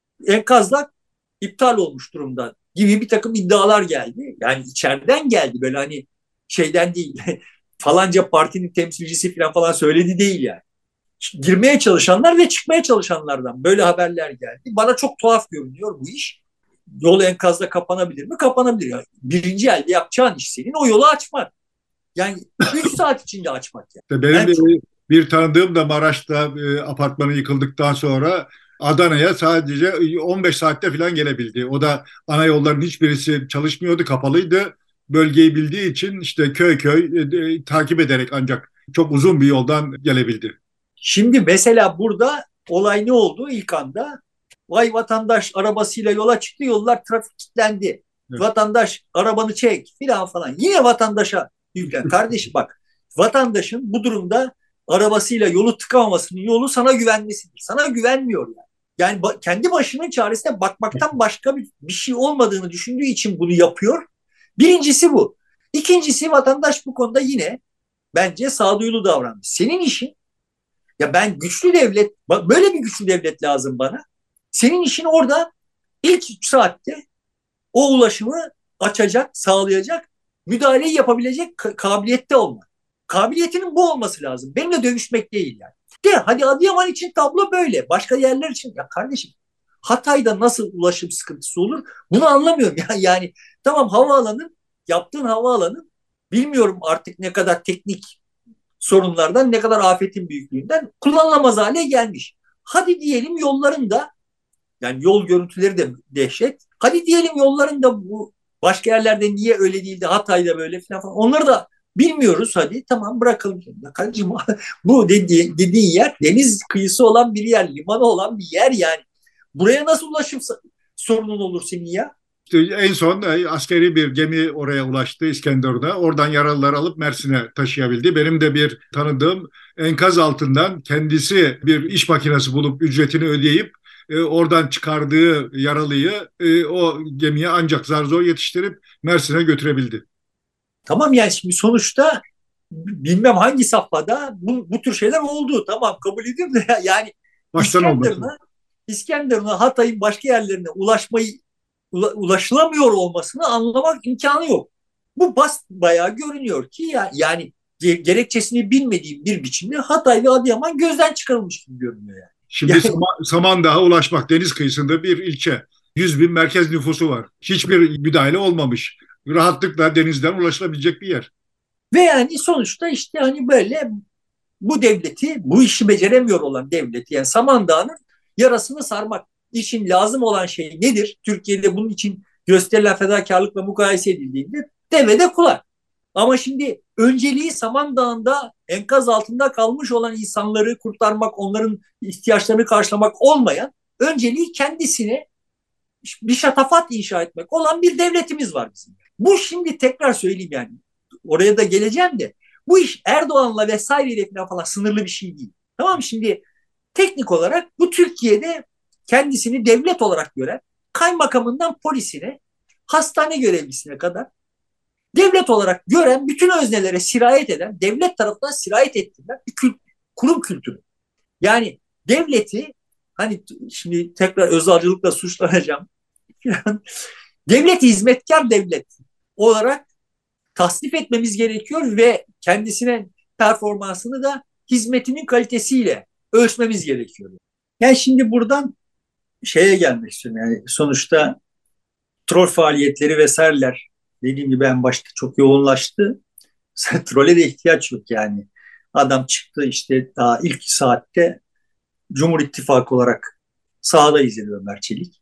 enkazla iptal olmuş durumda gibi bir takım iddialar geldi. Yani içeriden geldi, böyle hani şeyden değil. Falanca partinin temsilcisi falan söyledi değil yani. Girmeye çalışanlar ve çıkmaya çalışanlardan böyle haberler geldi. Bana çok tuhaf görünüyor bu iş. Yol enkazla kapanabilir mi? Kapanabilir. Yani birinci elde yapacağın iş senin o yolu açmak. Yani 3 saat içinde açmak yani. İşte benim En çok. bir tanıdığım da Maraş'ta apartmanı yıkıldıktan sonra Adana'ya sadece 15 saatte falan gelebildi. O da ana yolların hiçbirisi çalışmıyordu, kapalıydı. Bölgeyi bildiği için işte köy köy takip ederek ancak çok uzun bir yoldan gelebildi. Şimdi mesela burada olay ne oldu ilk anda? Vay vatandaş arabasıyla yola çıktı, yollar trafik kilitlendi. Evet. Vatandaş arabanı çek filan falan. Yine vatandaşa yüklen. Kardeşim bak, vatandaşın bu durumda arabasıyla yolu tıkamamasının yolu sana güvenmesidir. Sana güvenmiyor yani. Yani kendi başının çaresine bakmaktan başka bir şey olmadığını düşündüğü için bunu yapıyor. Birincisi bu. İkincisi, vatandaş bu konuda yine bence sağduyulu davrandı. Senin işin, ya ben güçlü devlet, böyle bir güçlü devlet lazım bana. Senin işin orada ilk 3 saatte o ulaşımı açacak, sağlayacak, müdahaleyi yapabilecek kabiliyette olmak. Kabiliyetinin bu olması lazım. Benimle dövüşmek değil yani. Hadi Adıyaman için tablo böyle. Başka yerler için ya kardeşim, Hatay'da nasıl ulaşım sıkıntısı olur? Bunu anlamıyorum ya. Yani tamam, havaalanı, yaptığın havaalanı bilmiyorum artık ne kadar teknik sorunlardan, ne kadar afetin büyüklüğünden kullanılamaz hale gelmiş. Hadi diyelim yollarında, yani yol görüntüleri de dehşet. Hadi diyelim yollarında bu başka yerlerde niye öyle değildi, Hatay'da böyle falan. Onları da bilmiyoruz, hadi tamam bırakalım. Ya kardeşim, bu dediğin yer deniz kıyısı olan bir yer, limanı olan bir yer yani. Buraya nasıl ulaşım sorunun olur senin ya? İşte en son askeri bir gemi oraya ulaştı, İskenderun'a. Oradan yaralıları alıp Mersin'e taşıyabildi. Benim de bir tanıdığım enkaz altından kendisi bir iş makinesi bulup ücretini ödeyip oradan çıkardığı yaralıyı o gemiye ancak zar zor yetiştirip Mersin'e götürebildi. Tamam, yani şimdi sonuçta bilmem hangi safhada bu tür şeyler oldu. Tamam, kabul ediyorum da yani Baştan olması. İskenderun'a İskenderun'a, Hatay'ın başka yerlerine ulaşılamıyor olmasını anlamak imkanı yok. Bu bayağı görünüyor ki yani gerekçesini bilmediğim bir biçimde Hatay ve Adıyaman gözden çıkarılmış gibi görünüyor yani. Şimdi Yani Samandağ'a ulaşmak deniz kıyısında bir ilçe. 100 bin merkez nüfusu var. Hiçbir müdahale olmamış. Rahatlıkla denizden ulaşılabilecek bir yer. ve yani sonuçta işte hani böyle bu devleti, bu işi beceremiyor olan devleti, yani Samandağ'ın yarasını sarmak için lazım olan şey nedir? Türkiye'de bunun için gösterilen fedakarlıkla mukayese edildiğinde devede kulak. Ama şimdi önceliği Samandağ'ında enkaz altında kalmış olan insanları kurtarmak, onların ihtiyaçlarını karşılamak olmayan, önceliği kendisine bir şatafat inşa etmek olan bir devletimiz var bizim. Bu, şimdi tekrar söyleyeyim yani, oraya da geleceğim de, bu iş Erdoğan'la vesaireyle falan sınırlı bir şey değil. Tamam mı? Şimdi teknik olarak bu Türkiye'de kendisini devlet olarak gören, kaymakamından polisine, hastane görevlisine kadar devlet olarak gören, bütün öznelere sirayet eden, devlet tarafından sirayet ettirilen bir kurum kültürü. Yani devleti, hani şimdi tekrar özancılıkla suçlanacağım, devlet hizmetkar devlet olarak tasnif etmemiz gerekiyor ve kendisine performansını da hizmetinin kalitesiyle ölçmemiz gerekiyor. Yani şimdi buradan şeye gelmek istiyorum. Yani sonuçta troll faaliyetleri vesaireler, dediğim gibi en başta çok yoğunlaştı. Trole de ihtiyaç yok yani. Adam çıktı işte daha ilk saatte Cumhur İttifakı olarak sahada izledi Ömer Çelik.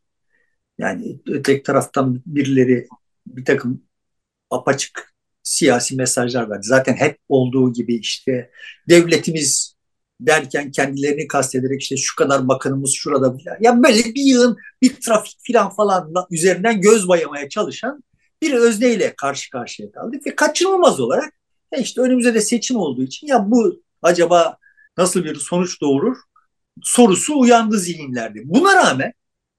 Yani öteki taraftan birileri bir takım apaçık siyasi mesajlar verdi. Zaten hep olduğu gibi işte devletimiz derken kendilerini kastederek işte şu kadar bakanımız şurada bile. Ya böyle bir yığın bir trafik falan üzerinden göz bayamaya çalışan bir özneyle karşı karşıya kaldık ve kaçınılmaz olarak işte önümüzde de seçim olduğu için ya bu acaba nasıl bir sonuç doğurur sorusu uyandı zihinlerde. Buna rağmen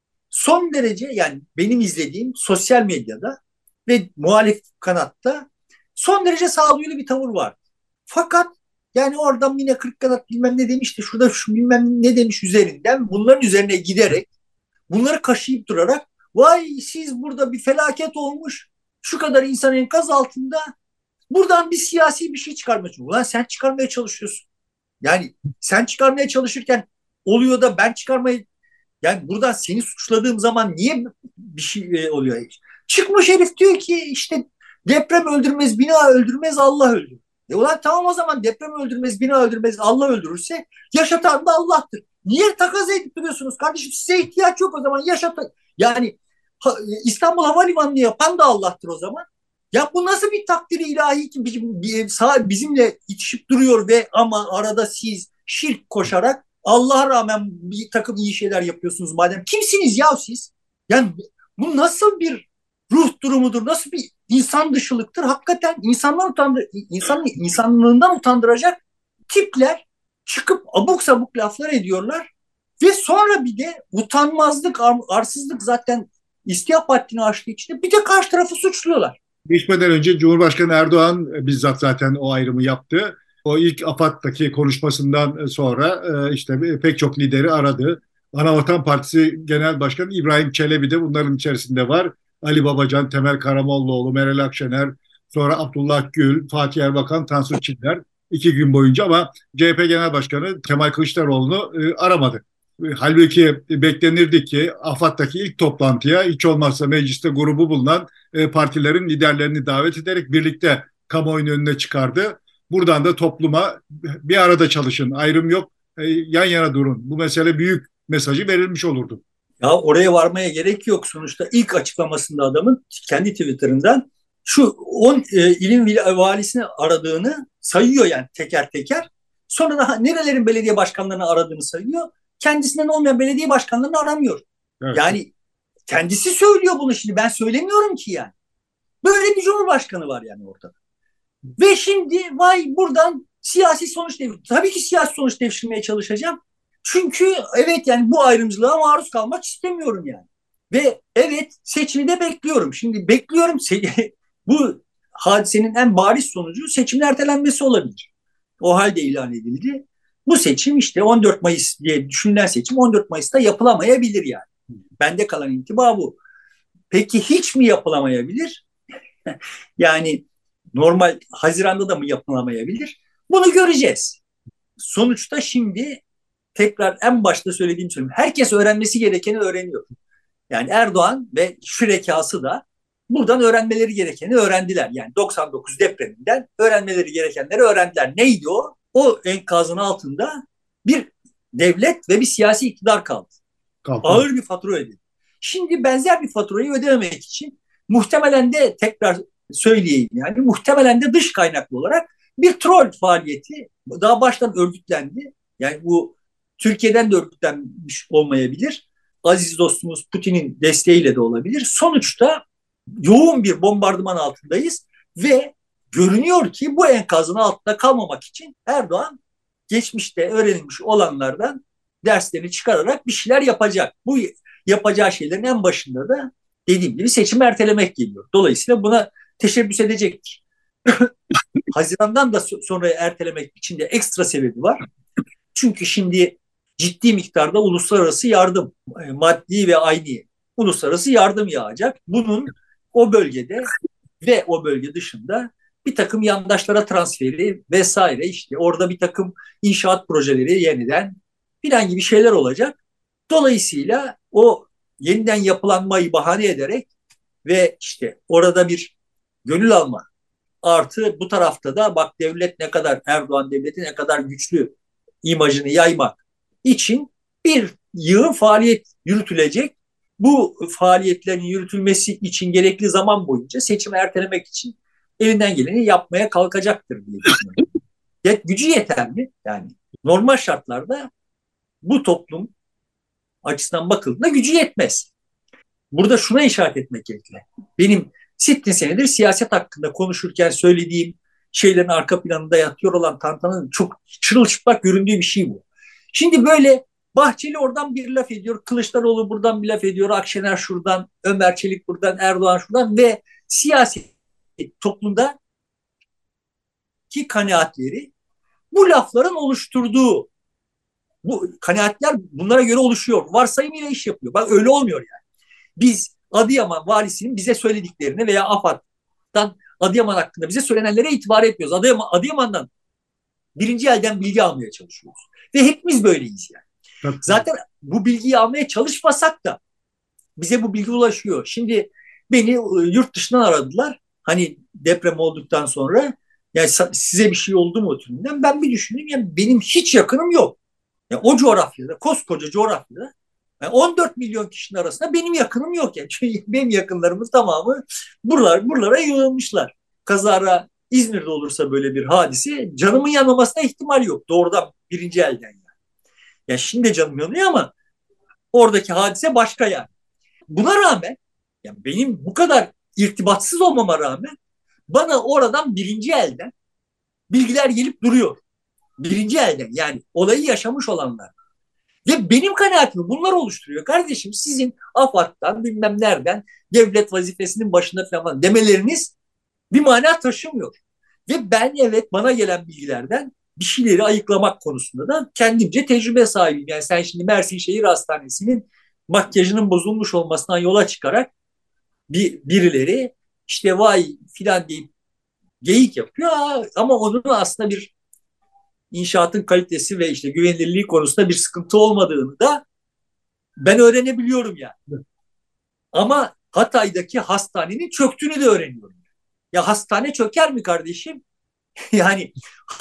son derece, yani benim izlediğim sosyal medyada ve muhalif kanatta son derece sağduyulu bir tavır var. Fakat yani oradan yine 40 kanat bilmem ne demişti, şurada şu bilmem ne demiş üzerinden bunların üzerine giderek, bunları kaşıyıp durarak, vay siz burada bir felaket olmuş, şu kadar insan enkaz altında, buradan bir siyasi bir şey çıkarmaya çalışıyorsun. Ulan sen çıkarmaya çalışıyorsun. Yani sen çıkarmaya çalışırken oluyor da ben çıkarmaya, yani buradan seni suçladığım zaman niye bir şey oluyor? Çıkmış herif diyor ki işte deprem öldürmez, bina öldürmez, Allah öldürür. Ulan tamam, o zaman deprem öldürmez, bina öldürmez, Allah öldürürse yaşatan da Allah'tır. Niye takas edip duruyorsunuz kardeşim? Size ihtiyaç yok o zaman, yaşatın. Yani İstanbul Havalimanı'nı yapan da Allah'tır o zaman. Ya bu nasıl bir takdiri ilahi ki bizimle itişip duruyor ve ama arada siz şirk koşarak Allah'a rağmen bir takım iyi şeyler yapıyorsunuz madem. Kimsiniz ya siz? Yani bu nasıl bir ruh durumudur? Nasıl bir insan dışılıktır? Hakikaten insanlığından utandıracak tipler çıkıp abuk sabuk laflar ediyorlar. Ve sonra bir de utanmazlık, arsızlık zaten istihap haddini aştığı için de bir de karşı tarafı suçluyorlar. Geçmeden önce Cumhurbaşkanı Erdoğan bizzat zaten o ayrımı yaptı. O ilk AFAD'daki konuşmasından sonra işte pek çok lideri aradı. Anavatan Partisi Genel Başkanı İbrahim Çelebi de bunların içerisinde var. Ali Babacan, Temel Karamollaoğlu, Meral Akşener, sonra Abdullah Gül, Fatih Erbakan, Tansu Çiller 2 gün boyunca, ama CHP Genel Başkanı Kemal Kılıçdaroğlu'nu aramadı. Halbuki beklenirdi ki AFAD'daki ilk toplantıya hiç olmazsa mecliste grubu bulunan partilerin liderlerini davet ederek birlikte kamuoyunun önüne çıkardı. Buradan da topluma bir arada çalışın, ayrım yok, yan yana durun. Bu mesele büyük mesajı verilmiş olurdu. Ya oraya varmaya gerek yok. Sonuçta ilk açıklamasında adamın kendi Twitter'ından şu 10 ilin valisini aradığını sayıyor yani teker teker. Sonra da nerelerin belediye başkanlarını aradığını sayıyor. Kendisinden olmayan belediye başkanlarını aramıyor. Evet. Yani kendisi söylüyor bunu, şimdi ben söylemiyorum ki yani. Böyle bir cumhurbaşkanı var yani ortada. Ve şimdi vay buradan siyasi sonuç devşirmeye. Tabii ki siyasi sonuç devşirmeye çalışacağım. Çünkü evet yani bu ayrımcılığa maruz kalmak istemiyorum yani. Ve evet seçimi de bekliyorum. Şimdi bekliyorum bu hadisenin en bariz sonucu seçimin ertelenmesi olabilir. O halde ilan edildi. Bu seçim işte 14 Mayıs diye düşünülen seçim 14 Mayıs'ta yapılamayabilir yani. Bende kalan intiba bu. Peki hiç mi yapılamayabilir? Yani normal Haziran'da da mı yapılamayabilir? Bunu göreceğiz. Sonuçta şimdi tekrar en başta söylediğim söyleyeyim. Herkes öğrenmesi gerekeni öğreniyor. Yani Erdoğan ve şürekası da buradan öğrenmeleri gerekeni öğrendiler. Yani 99 depreminden öğrenmeleri gerekenleri öğrendiler. Neydi o? O enkazın altında bir devlet ve bir siyasi iktidar kaldı. Kalkın. Ağır bir fatura ödedi. Şimdi benzer bir faturayı ödememek için muhtemelen de tekrar söyleyeyim yani muhtemelen de dış kaynaklı olarak bir troll faaliyeti daha baştan örgütlendi. Yani bu Türkiye'den de örgütlenmiş olmayabilir. Aziz dostumuz Putin'in desteğiyle de olabilir. Sonuçta yoğun bir bombardıman altındayız ve görünüyor ki bu enkazın altında kalmamak için Erdoğan geçmişte öğrenilmiş olanlardan derslerini çıkararak bir şeyler yapacak. Bu yapacağı şeylerin en başında da dediğim gibi seçimi ertelemek geliyor. Dolayısıyla buna teşebbüs edecektir. Haziran'dan da sonra ertelemek için de ekstra sebebi var. Çünkü şimdi ciddi miktarda uluslararası yardım, maddi ve aynı uluslararası yardım yağacak. Bunun o bölgede ve o bölge dışında bir takım yandaşlara transferi vesaire, işte orada bir takım inşaat projeleri yeniden filan gibi şeyler olacak. Dolayısıyla o yeniden yapılanmayı bahane ederek ve işte orada bir gönül alma artı bu tarafta da bak devlet ne kadar, Erdoğan devleti ne kadar güçlü imajını yaymak için bir yığın faaliyet yürütülecek. Bu faaliyetlerin yürütülmesi için gerekli zaman boyunca seçimi ertelemek için elinden geleni yapmaya kalkacaktır diye düşünüyorum. Gücü yeter mi? Yani normal şartlarda bu toplum açısından bakıldığında gücü yetmez. Burada şuna işaret etmek gerekli. Benim sittin senedir siyaset hakkında konuşurken söylediğim şeylerin arka planında yatıyor olan tantanın çok çırılçıplak göründüğü bir şey bu. Şimdi böyle Bahçeli oradan bir laf ediyor, Kılıçdaroğlu buradan bir laf ediyor, Akşener şuradan, Ömer Çelik buradan, Erdoğan şuradan ve siyasi toplumda ki kanaatleri bu lafların oluşturduğu bu kanaatler bunlara göre oluşuyor. Varsayım ile iş yapıyor. Bak öyle olmuyor yani. Biz Adıyaman valisinin bize söylediklerini veya AFAD'dan Adıyaman hakkında bize söylenenlere itibar etmiyoruz. Adıyaman'dan birinci elden bilgi almaya çalışıyoruz. Ve hepimiz böyleyiz yani. Tabii. Zaten bu bilgiyi almaya çalışmasak da bize bu bilgi ulaşıyor. Şimdi beni yurt dışından aradılar. Hani deprem olduktan sonra yani size bir şey oldu mu türünden ben bir düşündüm. Yani benim hiç yakınım yok. Yani o coğrafyada, koskoca coğrafyada yani 14 milyon kişinin arasında benim yakınım yok yani. Çünkü benim yakınlarımız tamamı buralara yığılmışlar. Kazara İzmir'de olursa böyle bir hadise canımın yanmamasına ihtimal yok. Doğrudan birinci elden yani. Yani şimdi canım yanıyor ama oradaki hadise başka yani. Buna rağmen yani benim bu kadar irtibatsız olmama rağmen bana oradan birinci elden bilgiler gelip duruyor. Birinci elden yani olayı yaşamış olanlar. Ve benim kanaatimi bunlar oluşturuyor. Kardeşim sizin AFAD'dan bilmem nereden devlet vazifesinin başında falan demeleriniz bir mana taşımıyor. Ve ben evet bana gelen bilgilerden bir şeyleri ayıklamak konusunda da kendimce tecrübe sahibiyim. Yani sen şimdi Mersin Şehir Hastanesi'nin makyajının bozulmuş olmasından yola çıkarak birileri işte vay filan deyip geyik yapıyor ama onun aslında bir inşaatın kalitesi ve işte güvenilirliği konusunda bir sıkıntı olmadığını da ben öğrenebiliyorum yani. Ama Hatay'daki hastanenin çöktüğünü de öğreniyorum. Ya hastane çöker mi kardeşim? Yani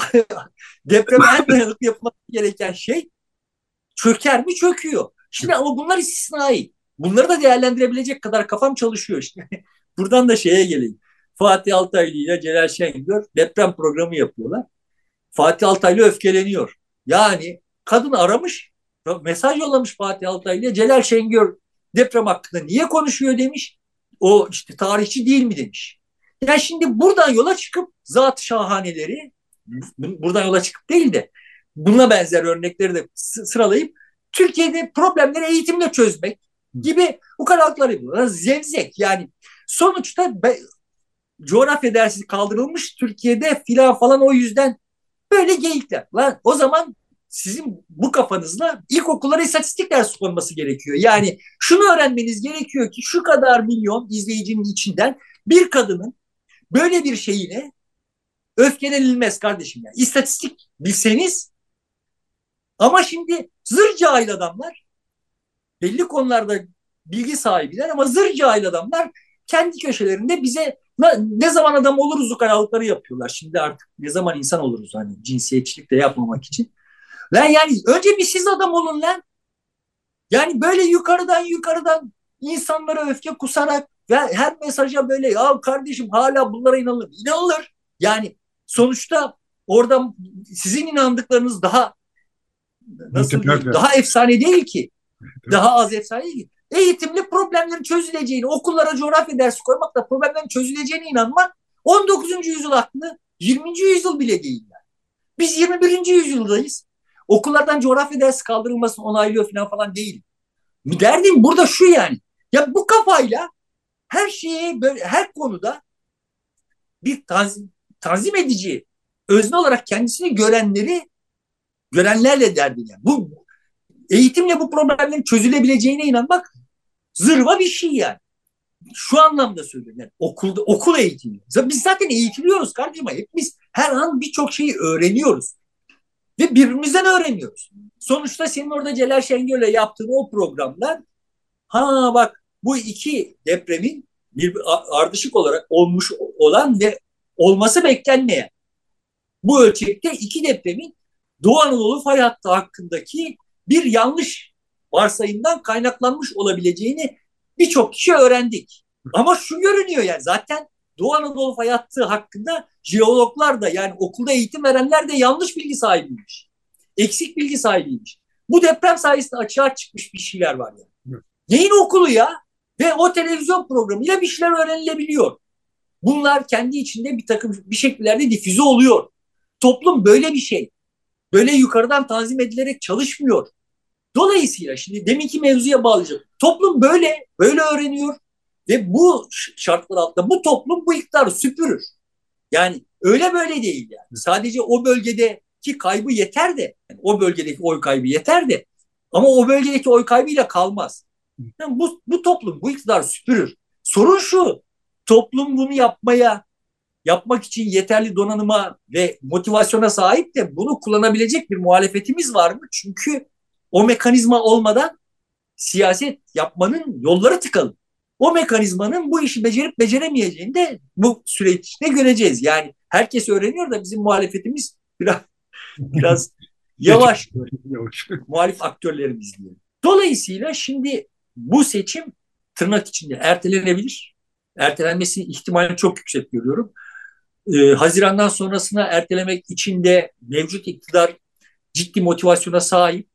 depreme en dayanıklı yapılması gereken şey çöker mi? Çöküyor. Şimdi ama bunlar istisnai. Bunları da değerlendirebilecek kadar kafam çalışıyor işte. Buradan da şeye geleyim. Fatih Altaylı ile Celal Şengör deprem programı yapıyorlar. Fatih Altaylı öfkeleniyor. Yani kadın aramış, mesaj yollamış Fatih Altaylı'ya. Celal Şengör deprem hakkında niye konuşuyor demiş. O işte tarihçi değil mi demiş. Yani şimdi buradan yola çıkıp zat-ı şahaneleri, buradan yola çıkıp değil de buna benzer örnekleri de sıralayıp Türkiye'de problemleri eğitimle çözmek gibi ukalalıklar yapıyorlar. Zevzek yani sonuçta coğrafya dersi kaldırılmış Türkiye'de filan falan, o yüzden böyle geyikler. Lan o zaman sizin bu kafanızla ilkokullara istatistik dersi konması gerekiyor. Yani şunu öğrenmeniz gerekiyor ki şu kadar milyon izleyicinin içinden bir kadının böyle bir şeyine öfkelenilmez kardeşim. Yani İstatistik bilseniz, ama şimdi zır cahil adamlar, belli konularda bilgi sahibiler ama zır cahil adamlar kendi köşelerinde bize ne zaman adam oluruz ukalalıkları yapıyorlar. Şimdi artık ne zaman insan oluruz, hani cinsiyetçilik de yapmamak için. Lan yani önce bir siz adam olun lan. Yani böyle yukarıdan insanlara öfke kusarak ve her mesaja böyle ya kardeşim hala bunlara inanılır. İnanılır. Yani sonuçta orada sizin inandıklarınız daha, nasıl diyeyim, Multiplerde. daha efsane değil ki. Daha az efsane değil ki. Eğitimli problemlerin çözüleceğini, okullara coğrafya dersi koymakla problemlerin çözüleceğine inanmak 19. yüzyıl aklı, 20. yüzyıl bile değil yani. Biz 21. yüzyıldayız. Okullardan coğrafya dersi kaldırılmasını onaylıyor falan değil. Derdim burada şu yani. Ya bu kafayla her şeye böyle, her konuda bir tanzim edici özne olarak kendisini görenlerle derdim yani. Bu eğitimle bu problemlerin çözülebileceğine inanmak zırva bir şey yani. Şu anlamda söylüyorum. Yani okul eğitimi. Biz zaten eğitiliyoruz kardeşim. Hepimiz her an birçok şeyi öğreniyoruz. Ve birbirimizden öğreniyoruz. Sonuçta senin orada Celal Şengör'le yaptığın o programlar, ha bak bu iki depremin bir ardışık olarak olmuş olan ve olması beklenmeyen bu ölçekte iki depremin Doğu Anadolu fay hattı hakkındaki bir yanlış varsayımdan kaynaklanmış olabileceğini birçok kişi öğrendik. Ama şu görünüyor yani zaten Doğu Anadolu fay hattı hakkında jeologlar da, yani okulda eğitim verenler de yanlış bilgi sahibiymiş. Eksik bilgi sahibiymiş. Bu deprem sayesinde açığa çıkmış bir şeyler var yani. Neyin okulu ya? Ve o televizyon programıyla bir şeyler öğrenilebiliyor. Bunlar kendi içinde bir takım bir şekillerde difüze oluyor. Toplum böyle bir şey. Böyle yukarıdan tanzim edilerek çalışmıyor. Dolayısıyla şimdi deminki mevzuya bağlayacağım. Toplum böyle öğreniyor ve bu şartlar altında bu toplum bu iktidarı süpürür. Yani öyle böyle değil yani. Sadece o bölgedeki kaybı yeter de, yani o bölgedeki oy kaybı yeter de, ama o bölgedeki oy kaybıyla kalmaz. Yani bu toplum bu iktidarı süpürür. Sorun şu: toplum bunu yapmak için yeterli donanıma ve motivasyona sahip de bunu kullanabilecek bir muhalefetimiz var mı? Çünkü o mekanizma olmadan siyaset yapmanın yolları tıkalı. O mekanizmanın bu işi becerip beceremeyeceğini de bu süreç içinde göreceğiz. Yani herkes öğreniyor da bizim muhalefetimiz biraz yavaş. Muhalif aktörlerimiz diyelim. Dolayısıyla şimdi bu seçim tırnak içinde ertelenebilir. Ertelenmesi ihtimalini çok yüksek görüyorum. Hazirandan sonrasına ertelemek için de mevcut iktidar ciddi motivasyona sahip,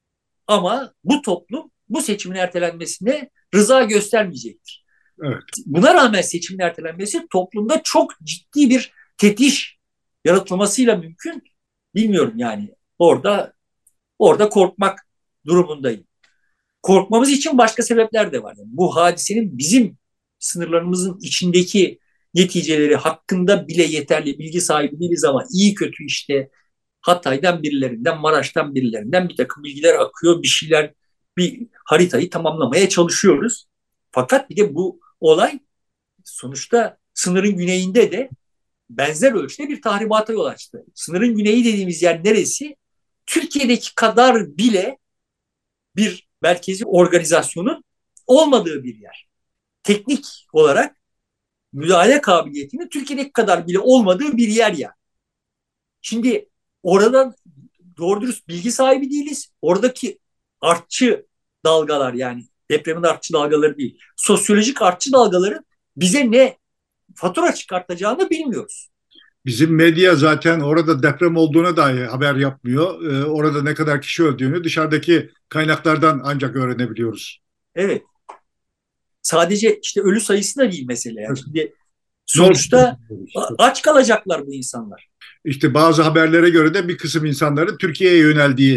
ama bu toplum bu seçimin ertelenmesine rıza göstermeyecektir. Evet. Buna rağmen seçimin ertelenmesi toplumda çok ciddi bir tetiş yaratılmasıyla mümkün. Bilmiyorum yani, orada korkmak durumundayım. Korkmamız için başka sebepler de var. Yani bu hadisenin bizim sınırlarımızın içindeki neticeleri hakkında bile yeterli bilgi sahibi değiliz, ama iyi kötü işte Hatay'dan birilerinden, Maraş'tan birilerinden bir takım bilgiler akıyor. Bir şeyler, bir haritayı tamamlamaya çalışıyoruz. Fakat bir de bu olay sonuçta sınırın güneyinde de benzer ölçüde bir tahribata yol açtı. Sınırın güneyi dediğimiz yer neresi? Türkiye'deki kadar bile bir merkezi organizasyonun olmadığı bir yer. Teknik olarak müdahale kabiliyetinin Türkiye'deki kadar bile olmadığı bir yer yani. Şimdi oradan doğru dürüst bilgi sahibi değiliz. Oradaki artçı dalgalar, yani depremin artçı dalgaları değil, sosyolojik artçı dalgaları bize ne fatura çıkartacağını bilmiyoruz. Bizim medya zaten orada deprem olduğuna dair haber yapmıyor. Orada ne kadar kişi öldüğünü dışarıdaki kaynaklardan ancak öğrenebiliyoruz. Evet. Sadece işte ölü sayısı da değil mesele. Yani şimdi Ne oldu? sonuçta aç kalacaklar bu insanlar. İşte bazı haberlere göre de bir kısım insanların Türkiye'ye yöneldiği,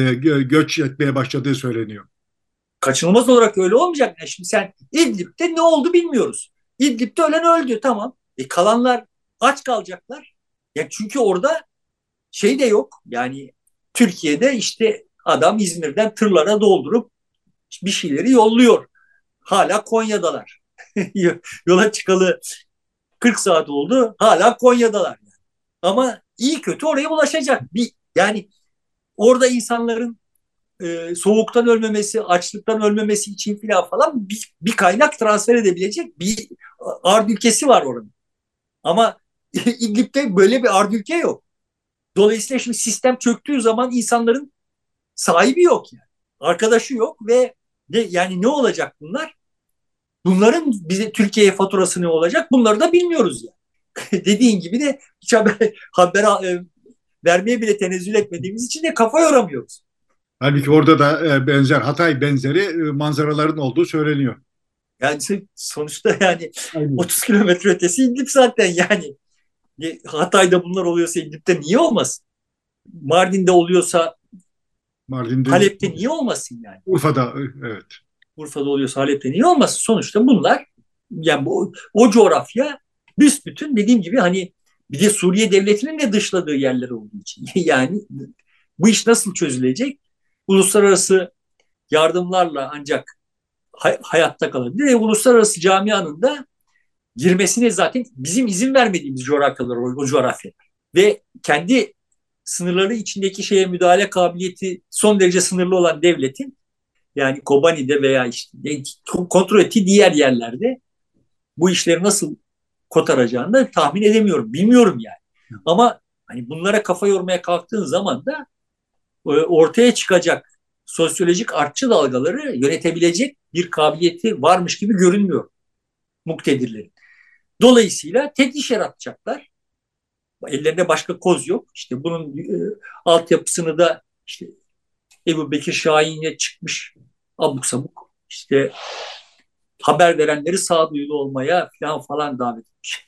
göç etmeye başladığı söyleniyor. Kaçınılmaz olarak öyle olmayacak. Yani şimdi sen İdlib'de ne oldu bilmiyoruz. İdlib'de ölen öldü, tamam. Kalanlar aç kalacaklar. Ya çünkü orada şey de yok. Yani Türkiye'de işte adam İzmir'den tırlara doldurup bir şeyleri yolluyor. Hala Konya'dalar. Yola çıkalı 40 saat oldu. Hala Konya'dalar. Ama iyi kötü oraya ulaşacak. Yani orada insanların soğuktan ölmemesi, açlıktan ölmemesi için falan bir kaynak transfer edebilecek bir ard ülkesi var oranın. Ama İdlib'de böyle bir ard ülke yok. Dolayısıyla şimdi sistem çöktüğü zaman insanların sahibi yok yani. Arkadaşı yok ve yani ne olacak bunlar? Bunların bize Türkiye'ye faturası ne olacak? Bunları da bilmiyoruz yani. Dediğin gibi de hiç haber vermeye bile tenezzül etmediğimiz için de kafa yoramıyoruz. Halbuki orada da benzer Hatay benzeri manzaraların olduğu söyleniyor. Yani sonuçta yani Aynen. 30 kilometre ötesi İdlib zaten yani. Hatay'da bunlar oluyorsa İdlib'de niye olmasın? Mardin'de oluyorsa Mardin'de, Halep'te niye olmasın yani? Urfa'da, evet. Urfa'da oluyorsa Halep'te niye olmasın? Sonuçta bunlar, yani o coğrafya büsbütün, dediğim gibi, hani bir de Suriye devletinin de dışladığı yerler olduğu için. Yani bu iş nasıl çözülecek? Uluslararası yardımlarla ancak hayatta kalabilir. Uluslararası camianın da girmesine zaten bizim izin vermediğimiz coğrafyalar, o coğrafyalar. Ve kendi sınırları içindeki şeye müdahale kabiliyeti son derece sınırlı olan devletin, yani Kobani'de veya işte kontrol ettiği diğer yerlerde bu işleri nasıl kotaracağını da tahmin edemiyorum. Bilmiyorum yani. Ama hani bunlara kafa yormaya kalktığın zaman da ortaya çıkacak sosyolojik artçı dalgaları yönetebilecek bir kabiliyeti varmış gibi görünmüyor muktedirlerin. Dolayısıyla tedbir yaratacaklar. Ellerinde başka koz yok. İşte bunun altyapısını da işte Ebu Bekir Şahin'e çıkmış abuk sabuk işte haber verenleri sağduyulu olmaya falan davet etmiş.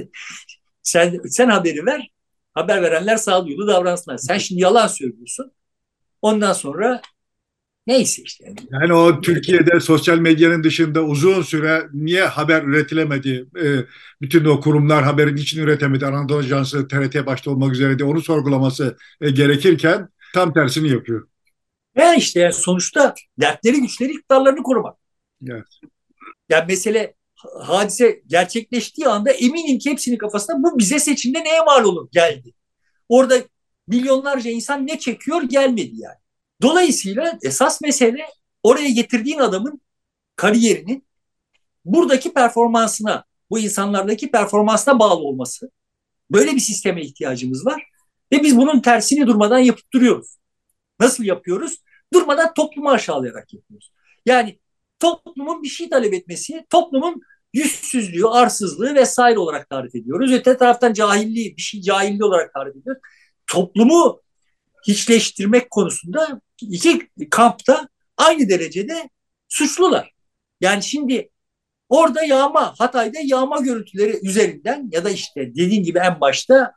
sen haberi ver, haber verenler sağduyulu davransınlar. Sen şimdi yalan söylüyorsun. Ondan sonra neyse işte. Yani o Türkiye'de sosyal medyanın dışında uzun süre niye haber üretilemedi? Bütün o kurumlar haberin için üretemedi. Anadolu Ajansı, TRT başta olmak üzere de onu sorgulaması gerekirken tam tersini yapıyor. Yani işte yani sonuçta dertleri güçleri iktidarlarını korumak. Evet. Yani mesele hadise gerçekleştiği anda eminim ki hepsinin kafasında bu bize seçimde neye mal olur geldi. Orada milyonlarca insan ne çekiyor gelmedi yani. Dolayısıyla esas mesele oraya getirdiğin adamın kariyerinin buradaki performansına, bu insanlardaki performansına bağlı olması. Böyle bir sisteme ihtiyacımız var. Ve biz bunun tersini durmadan yapıp duruyoruz. Nasıl yapıyoruz? Durmadan toplumu aşağılayarak yapıyoruz. Yani toplumun bir şey talep etmesi, toplumun yüzsüzlüğü, arsızlığı vesaire olarak tarif ediyoruz. Öte taraftan cahilliği, bir şey cahilliği olarak tarif ediyoruz. Toplumu hiçleştirmek konusunda iki kampta aynı derecede suçlular. Yani şimdi orada Hatay'da yağma görüntüleri üzerinden ya da işte dediğim gibi en başta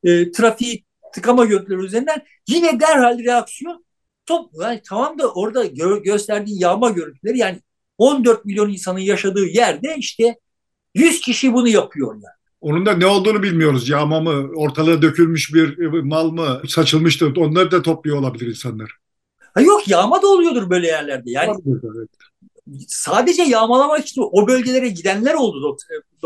trafik tıkama görüntüleri üzerinden yine derhal reaksiyon yani tamam da orada gösterdiği yağma görüntüleri, yani 14 milyon insanın yaşadığı yerde işte 100 kişi bunu yapıyor yani. Onun da ne olduğunu bilmiyoruz. Yağma mı, ortalığa dökülmüş bir mal mı, saçılmıştır. Onları da topluyor olabilir insanlar. Ha yok, yağma da oluyordur böyle yerlerde. Yani Olabilir, evet. sadece yağmalamak için o bölgelere gidenler oldu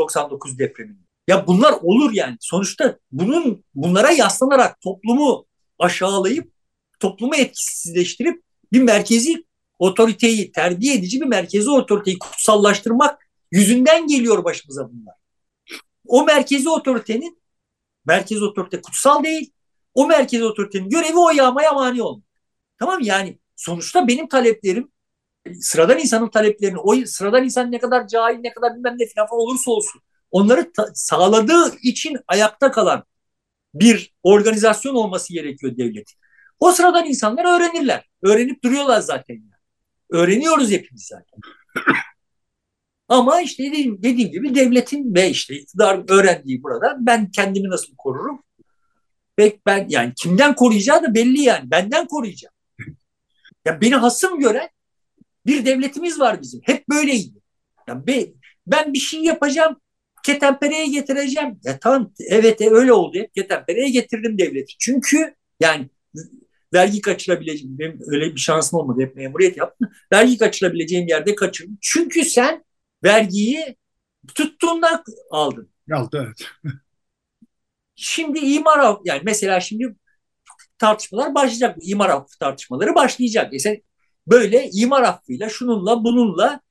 99 depreminde. Ya bunlar olur yani. Sonuçta bunlara yaslanarak toplumu aşağılayıp toplumu etkisizleştirip bir merkezi otoriteyi, terbiye edici bir merkezi otoriteyi kutsallaştırmak yüzünden geliyor başımıza bunlar. O merkezi otorite kutsal değil. O merkezi otoritenin görevi o yağmaya mani olmak. Tamam, yani sonuçta benim taleplerim sıradan insanın taleplerini, o sıradan insan ne kadar cahil, ne kadar bilmem ne falan olursa olsun, onları sağladığı için ayakta kalan bir organizasyon olması gerekiyor devletin. O sıradan insanlar öğrenirler. Öğrenip duruyorlar zaten. Yani. Öğreniyoruz hepimiz zaten. Ama işte dediğim gibi devletin ve işte iktidarın öğrendiği burada, ben kendimi nasıl korurum? Ve ben yani kimden koruyacağı da belli yani. Benden koruyacağım. Ya beni hasım gören bir devletimiz var bizim. Hep böyleydi. Ya ben bir şey yapacağım, ketenpereye getireceğim. Ya tamam, evet, öyle oldu. Hep ketenpereye getirdim devleti. Çünkü yani vergi kaçırabileceğim, benim öyle bir şansım olmadı. Hep memuriyet yaptım. Vergi kaçırabileceğim yerde kaçırdım. Çünkü sen vergiyi tuttuğunda aldın. Aldı, evet. Şimdi yani mesela şimdi tartışmalar başlayacak. İmar affı tartışmaları başlayacak. Sen böyle imar affıyla, şununla bununla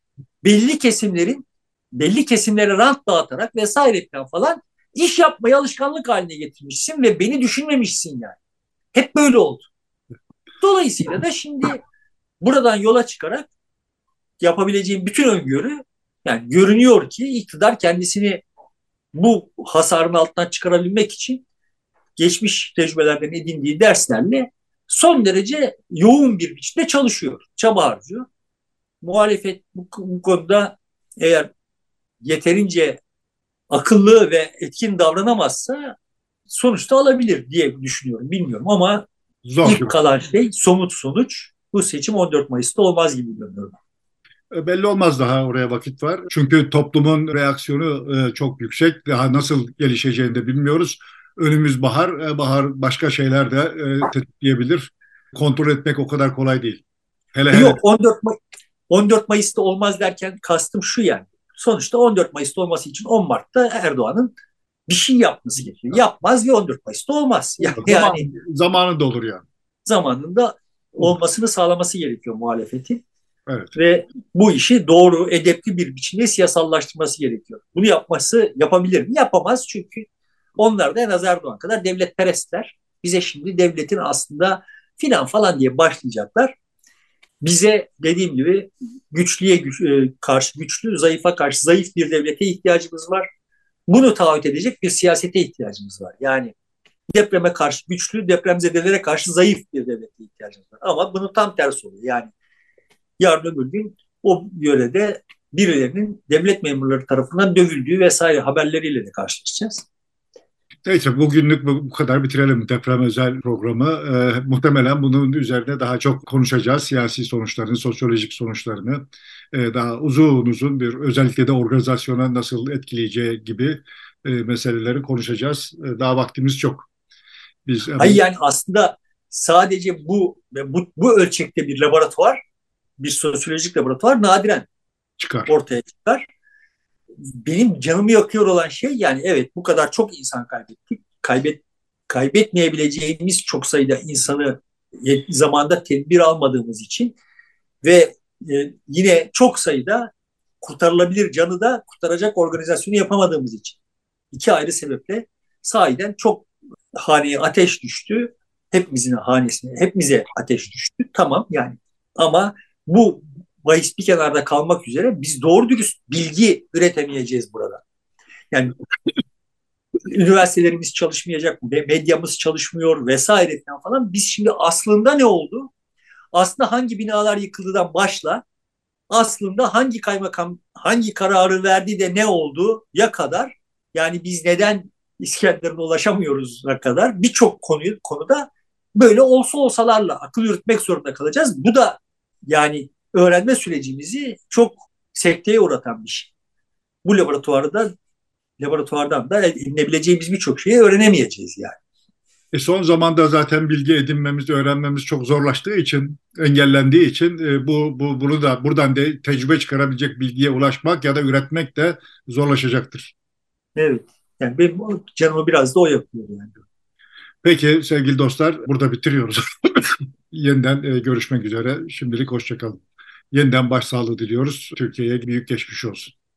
belli kesimlere rant dağıtarak vesaire falan iş yapmayı alışkanlık haline getirmişsin ve beni düşünmemişsin yani. Hep böyle oldu. Dolayısıyla da şimdi buradan yola çıkarak yapabileceğim bütün öngörü, yani görünüyor ki iktidar kendisini bu hasarın altından çıkarabilmek için geçmiş tecrübelerden edindiği derslerle son derece yoğun bir biçimde çalışıyor, çaba harcıyor. Muhalefet bu konuda eğer yeterince akıllı ve etkin davranamazsa sonuçta alabilir diye düşünüyorum. Bilmiyorum ama Zor ilk gibi. kalan şey, somut sonuç, bu seçim 14 Mayıs'ta olmaz gibi görünüyor. Belli olmaz, daha oraya vakit var. Çünkü toplumun reaksiyonu çok yüksek. Daha nasıl gelişeceğini de bilmiyoruz. Önümüz bahar. Bahar başka şeyler de tetikleyebilir. Kontrol etmek o kadar kolay değil. Hele hele. Yok, 14 Mayıs'ta olmaz derken kastım şu yani. Sonuçta 14 Mayıs'ta olması için 10 Mart'ta Erdoğan'ın bir şey yapması gerekiyor. Yapmaz ve 14 Mayıs'ta olmaz. Yani Zamanı da olur yani. zamanında Olur. olmasını sağlaması gerekiyor muhalefetin. Evet. Ve bu işi doğru, edepli bir biçimde siyasallaştırması gerekiyor. Bunu yapabilir mi? Yapamaz, çünkü onlar da en az Erdoğan kadar devletperestler. Bize şimdi devletin aslında filan falan diye başlayacaklar. Bize dediğim gibi karşı güçlü, zayıfa karşı zayıf bir devlete ihtiyacımız var. Bunu taahhüt edecek bir siyasete ihtiyacımız var. Yani depreme karşı güçlü, depremzedelere karşı zayıf bir devlete ihtiyacımız var. Ama bunun tam tersi oluyor. Yani yarın öbür gün o yörede birilerinin devlet memurları tarafından dövüldüğü vesaire haberleriyle de karşılaşacağız. Neyse, bugünlük bu kadar bitirelim deprem özel programı. Muhtemelen bunun üzerine daha çok konuşacağız. Siyasi sonuçlarını, sosyolojik sonuçlarını, daha uzun uzun bir, özellikle de organizasyona nasıl etkileyeceği gibi meseleleri konuşacağız. Daha vaktimiz çok. Biz Hayır, hemen yani aslında sadece bu ölçekte bir laboratuvar, bir sosyolojik laboratuvar nadiren çıkar. ortaya çıkar. Benim canımı yakıyor olan şey, yani evet, bu kadar çok insan kaybettik. Kaybetmeyebileceğimiz çok sayıda insanı zamanda tedbir almadığımız için ve yine çok sayıda kurtarılabilir canı da kurtaracak organizasyonu yapamadığımız için. İki ayrı sebeple sahiden çok haneye ateş düştü. Hepimizin hanesine, hepimize ateş düştü. Tamam yani, ama bu bahis bir kenarda kalmak üzere biz doğru dürüst bilgi üretemeyeceğiz burada. Yani üniversitelerimiz çalışmayacak, medyamız çalışmıyor vesaire falan. Biz şimdi aslında ne oldu? Aslında hangi binalar yıkıldıdan başla, aslında hangi kaymakam hangi kararı verdi de ne oldu ya kadar, yani biz neden İskenderun'a ulaşamıyoruz kadar birçok konuda böyle olsalarla akıl yürütmek zorunda kalacağız. Bu da yani öğrenme sürecimizi çok sekteye uğratan bir şey. Bu laboratuvardan da edinebileceğimiz birçok şeyi öğrenemeyeceğiz yani. Son zamanda zaten bilgi edinmemiz, öğrenmemiz çok zorlaştığı için, engellendiği için bunu da buradan da tecrübe çıkarabilecek bilgiye ulaşmak ya da üretmek de zorlaşacaktır. Evet. Yani benim canımı biraz da o yapıyor yani. Peki sevgili dostlar, burada bitiriyoruz. Yeniden görüşmek üzere. Şimdilik hoşça kalın. Yeniden başsağlığı diliyoruz. Türkiye'ye büyük geçmiş olsun.